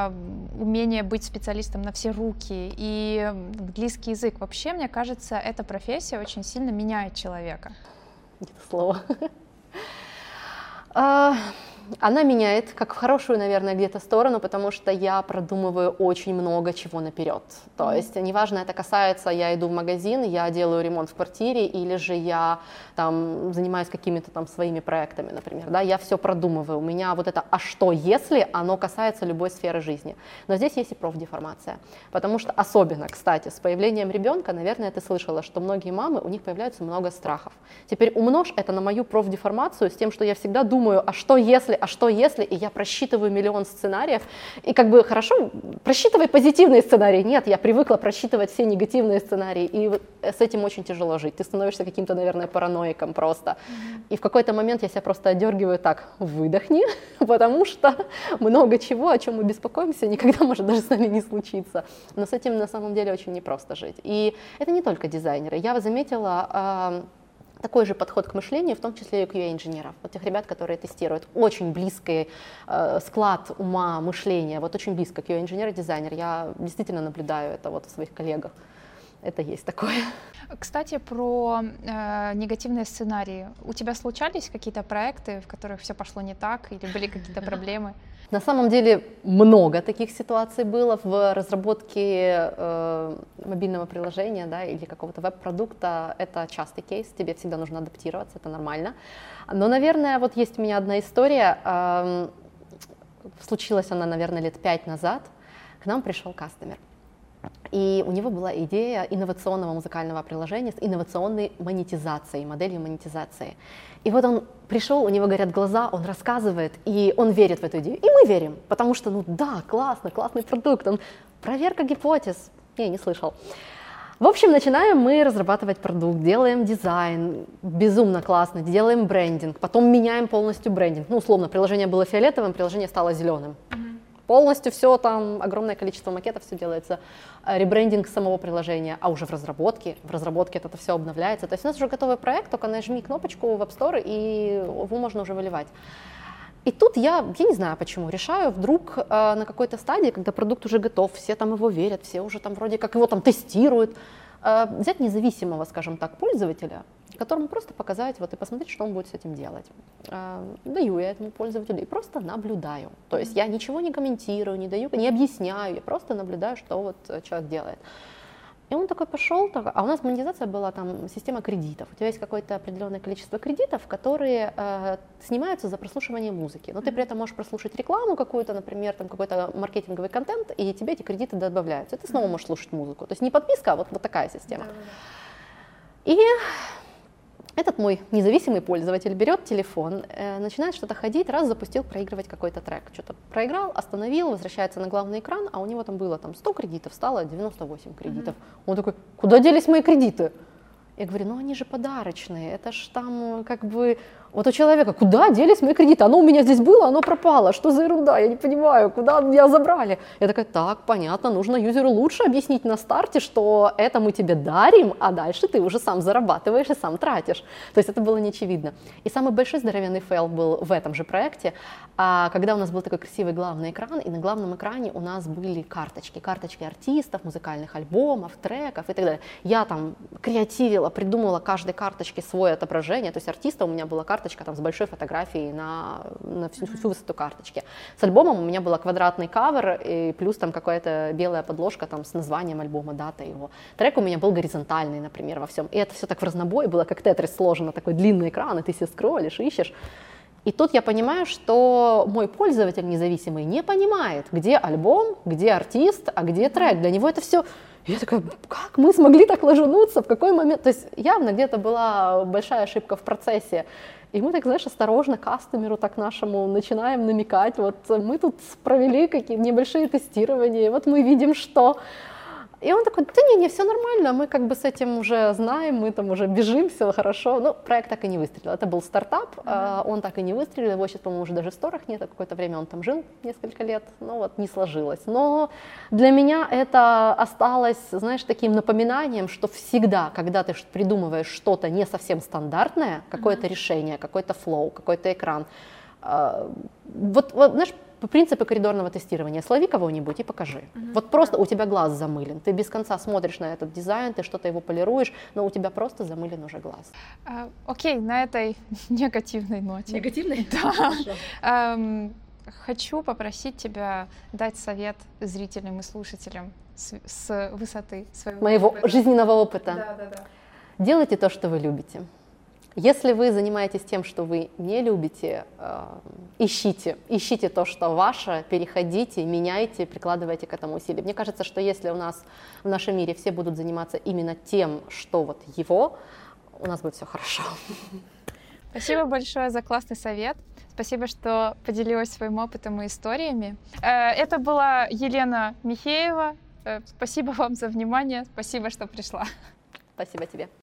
S1: умение быть специалистом на все руки, и английский язык. Вообще, мне кажется, эта профессия очень сильно меняет человека.
S2: Это слово. Она меняет, как в хорошую, наверное, где-то сторону, потому что я продумываю очень много чего наперед. То есть, неважно, это касается, я иду в магазин, я делаю ремонт в квартире, или же я там занимаюсь какими-то там своими проектами, например, да, я все продумываю. У меня вот это «а что если?» оно касается любой сферы жизни. Но здесь есть и профдеформация, потому что особенно, кстати, с появлением ребенка, наверное, ты слышала, что многие мамы, у них появляется много страхов. Теперь умножь это на мою профдеформацию с тем, что я всегда думаю, а что если, и я просчитываю миллион сценариев, и как бы хорошо, просчитывай позитивные сценарии. Нет, я привыкла просчитывать все негативные сценарии, и вот с этим очень тяжело жить. Ты становишься каким-то, наверное, параноиком просто. И в какой-то момент я себя просто отдергиваю так, выдохни, потому что много чего, о чем мы беспокоимся, никогда может даже с нами не случиться. Но с этим на самом деле очень непросто жить. И это не только дизайнеры. Я заметила такой же подход к мышлению, в том числе и QA-инженеров, вот тех ребят, которые тестируют. Очень близкий склад ума, мышления, вот очень близко QA-инженер и дизайнер. Я действительно наблюдаю это вот в своих коллегах. Это есть такое.
S1: Кстати, про негативные сценарии. У тебя случались какие-то проекты, в которых все пошло не так, или были какие-то проблемы?
S2: На самом деле много таких ситуаций было в разработке мобильного приложения, да, или какого-то веб-продукта. Это частый кейс, тебе всегда нужно адаптироваться, это нормально. Но, наверное, вот есть у меня одна история. Случилась она, наверное, лет 5 назад. К нам пришел кастомер. И у него была идея инновационного музыкального приложения с инновационной монетизацией, моделью монетизации. И вот он пришел, у него горят глаза, он рассказывает, и он верит в эту идею. И мы верим, потому что, ну да, классно, классный продукт. Проверка гипотез. Не слышал. В общем, начинаем мы разрабатывать продукт, делаем дизайн, безумно классно, делаем брендинг, потом меняем полностью брендинг. Ну, условно, приложение было фиолетовым, приложение стало зеленым. Полностью все, там огромное количество макетов, все делается, ребрендинг самого приложения, а уже в разработке это все обновляется. То есть у нас уже готовый проект, только нажми кнопочку в App Store, и его можно уже выливать. И тут я не знаю почему, решаю вдруг на какой-то стадии, когда продукт уже готов, все там его верят, все уже там вроде как его там тестируют, взять независимого, скажем так, пользователя, которому просто показать вот, и посмотреть, что он будет с этим делать. Даю я этому пользователю и просто наблюдаю. То есть я ничего не комментирую, не даю, не объясняю, я просто наблюдаю, что вот человек делает. И он такой пошел, а у нас монетизация была там система кредитов. У тебя есть какое-то определенное количество кредитов, которые снимаются за прослушивание музыки. Но ты при этом можешь прослушать рекламу какую-то, например, там какой-то маркетинговый контент, и тебе эти кредиты добавляются. И ты снова можешь слушать музыку. То есть не подписка, а вот такая система. И этот мой независимый пользователь берет телефон, начинает что-то ходить, раз запустил проигрывать какой-то трек. Что-то проиграл, остановил, возвращается на главный экран, а у него там было там 100 кредитов, стало 98 кредитов. Он такой, куда делись мои кредиты? Я говорю, ну они же подарочные, это ж там как бы... Вот у человека, куда делись мои кредиты? Оно у меня здесь было, оно пропало. Что за ерунда? Я не понимаю, куда меня забрали? Я такая, так, понятно, нужно юзеру лучше объяснить на старте, что это мы тебе дарим, а дальше ты уже сам зарабатываешь и сам тратишь. То есть это было неочевидно. И самый большой здоровенный фейл был в этом же проекте, когда у нас был такой красивый главный экран, и на главном экране у нас были карточки артистов, музыкальных альбомов, треков и так далее. Я там креативила, придумала каждой карточке свое отображение, то есть артиста у меня была карточка там с большой фотографией на всю высоту карточки. С альбомом у меня был квадратный кавер и плюс там какая-то белая подложка там с названием альбома, дата его. Трек у меня был горизонтальный, например, во всем. И это все так в разнобой было, как тетрис сложено, такой длинный экран, и ты себе скроллишь, ищешь. И тут я понимаю, что мой пользователь независимый не понимает, где альбом, где артист, а где трек. Для него это все... Я такая, как мы смогли так ложануться, в какой момент? То есть явно где-то была большая ошибка в процессе. И мы так, знаешь, осторожно кастомеру так нашему начинаем намекать. Вот мы тут провели какие-то небольшие тестирования, вот мы видим, что... И он такой, да не, все нормально, мы как бы с этим уже знаем, мы там уже бежим, все хорошо. Но проект так и не выстрелил. Это был стартап, он так и не выстрелил, его сейчас, по-моему, уже даже в сторах нет, какое-то время он там жил, несколько лет, ну вот не сложилось. Но для меня это осталось, знаешь, таким напоминанием, что всегда, когда ты придумываешь что-то не совсем стандартное, какое-то решение, какой-то флоу, какой-то экран, вот, знаешь, Принципы коридорного тестирования. Слови кого-нибудь и покажи. Вот просто у тебя глаз замылен. Ты без конца смотришь на этот дизайн, ты что-то его полируешь, но у тебя просто замылен уже глаз.
S1: Окей, на этой негативной ноте.
S2: Негативной?
S1: Да. Хочу попросить тебя дать совет зрителям и слушателям с высоты своего
S2: моего жизненного опыта.
S1: Да.
S2: Делайте то, что вы любите. Если вы занимаетесь тем, что вы не любите, ищите то, что ваше, переходите, меняйте, прикладывайте к этому усилия. Мне кажется, что если у нас в нашем мире все будут заниматься именно тем, что вот его, у нас будет все хорошо.
S1: Спасибо большое за классный совет. Спасибо, что поделилась своим опытом и историями. Это была Елена Михеева. Спасибо вам за внимание. Спасибо, что пришла.
S2: Спасибо тебе.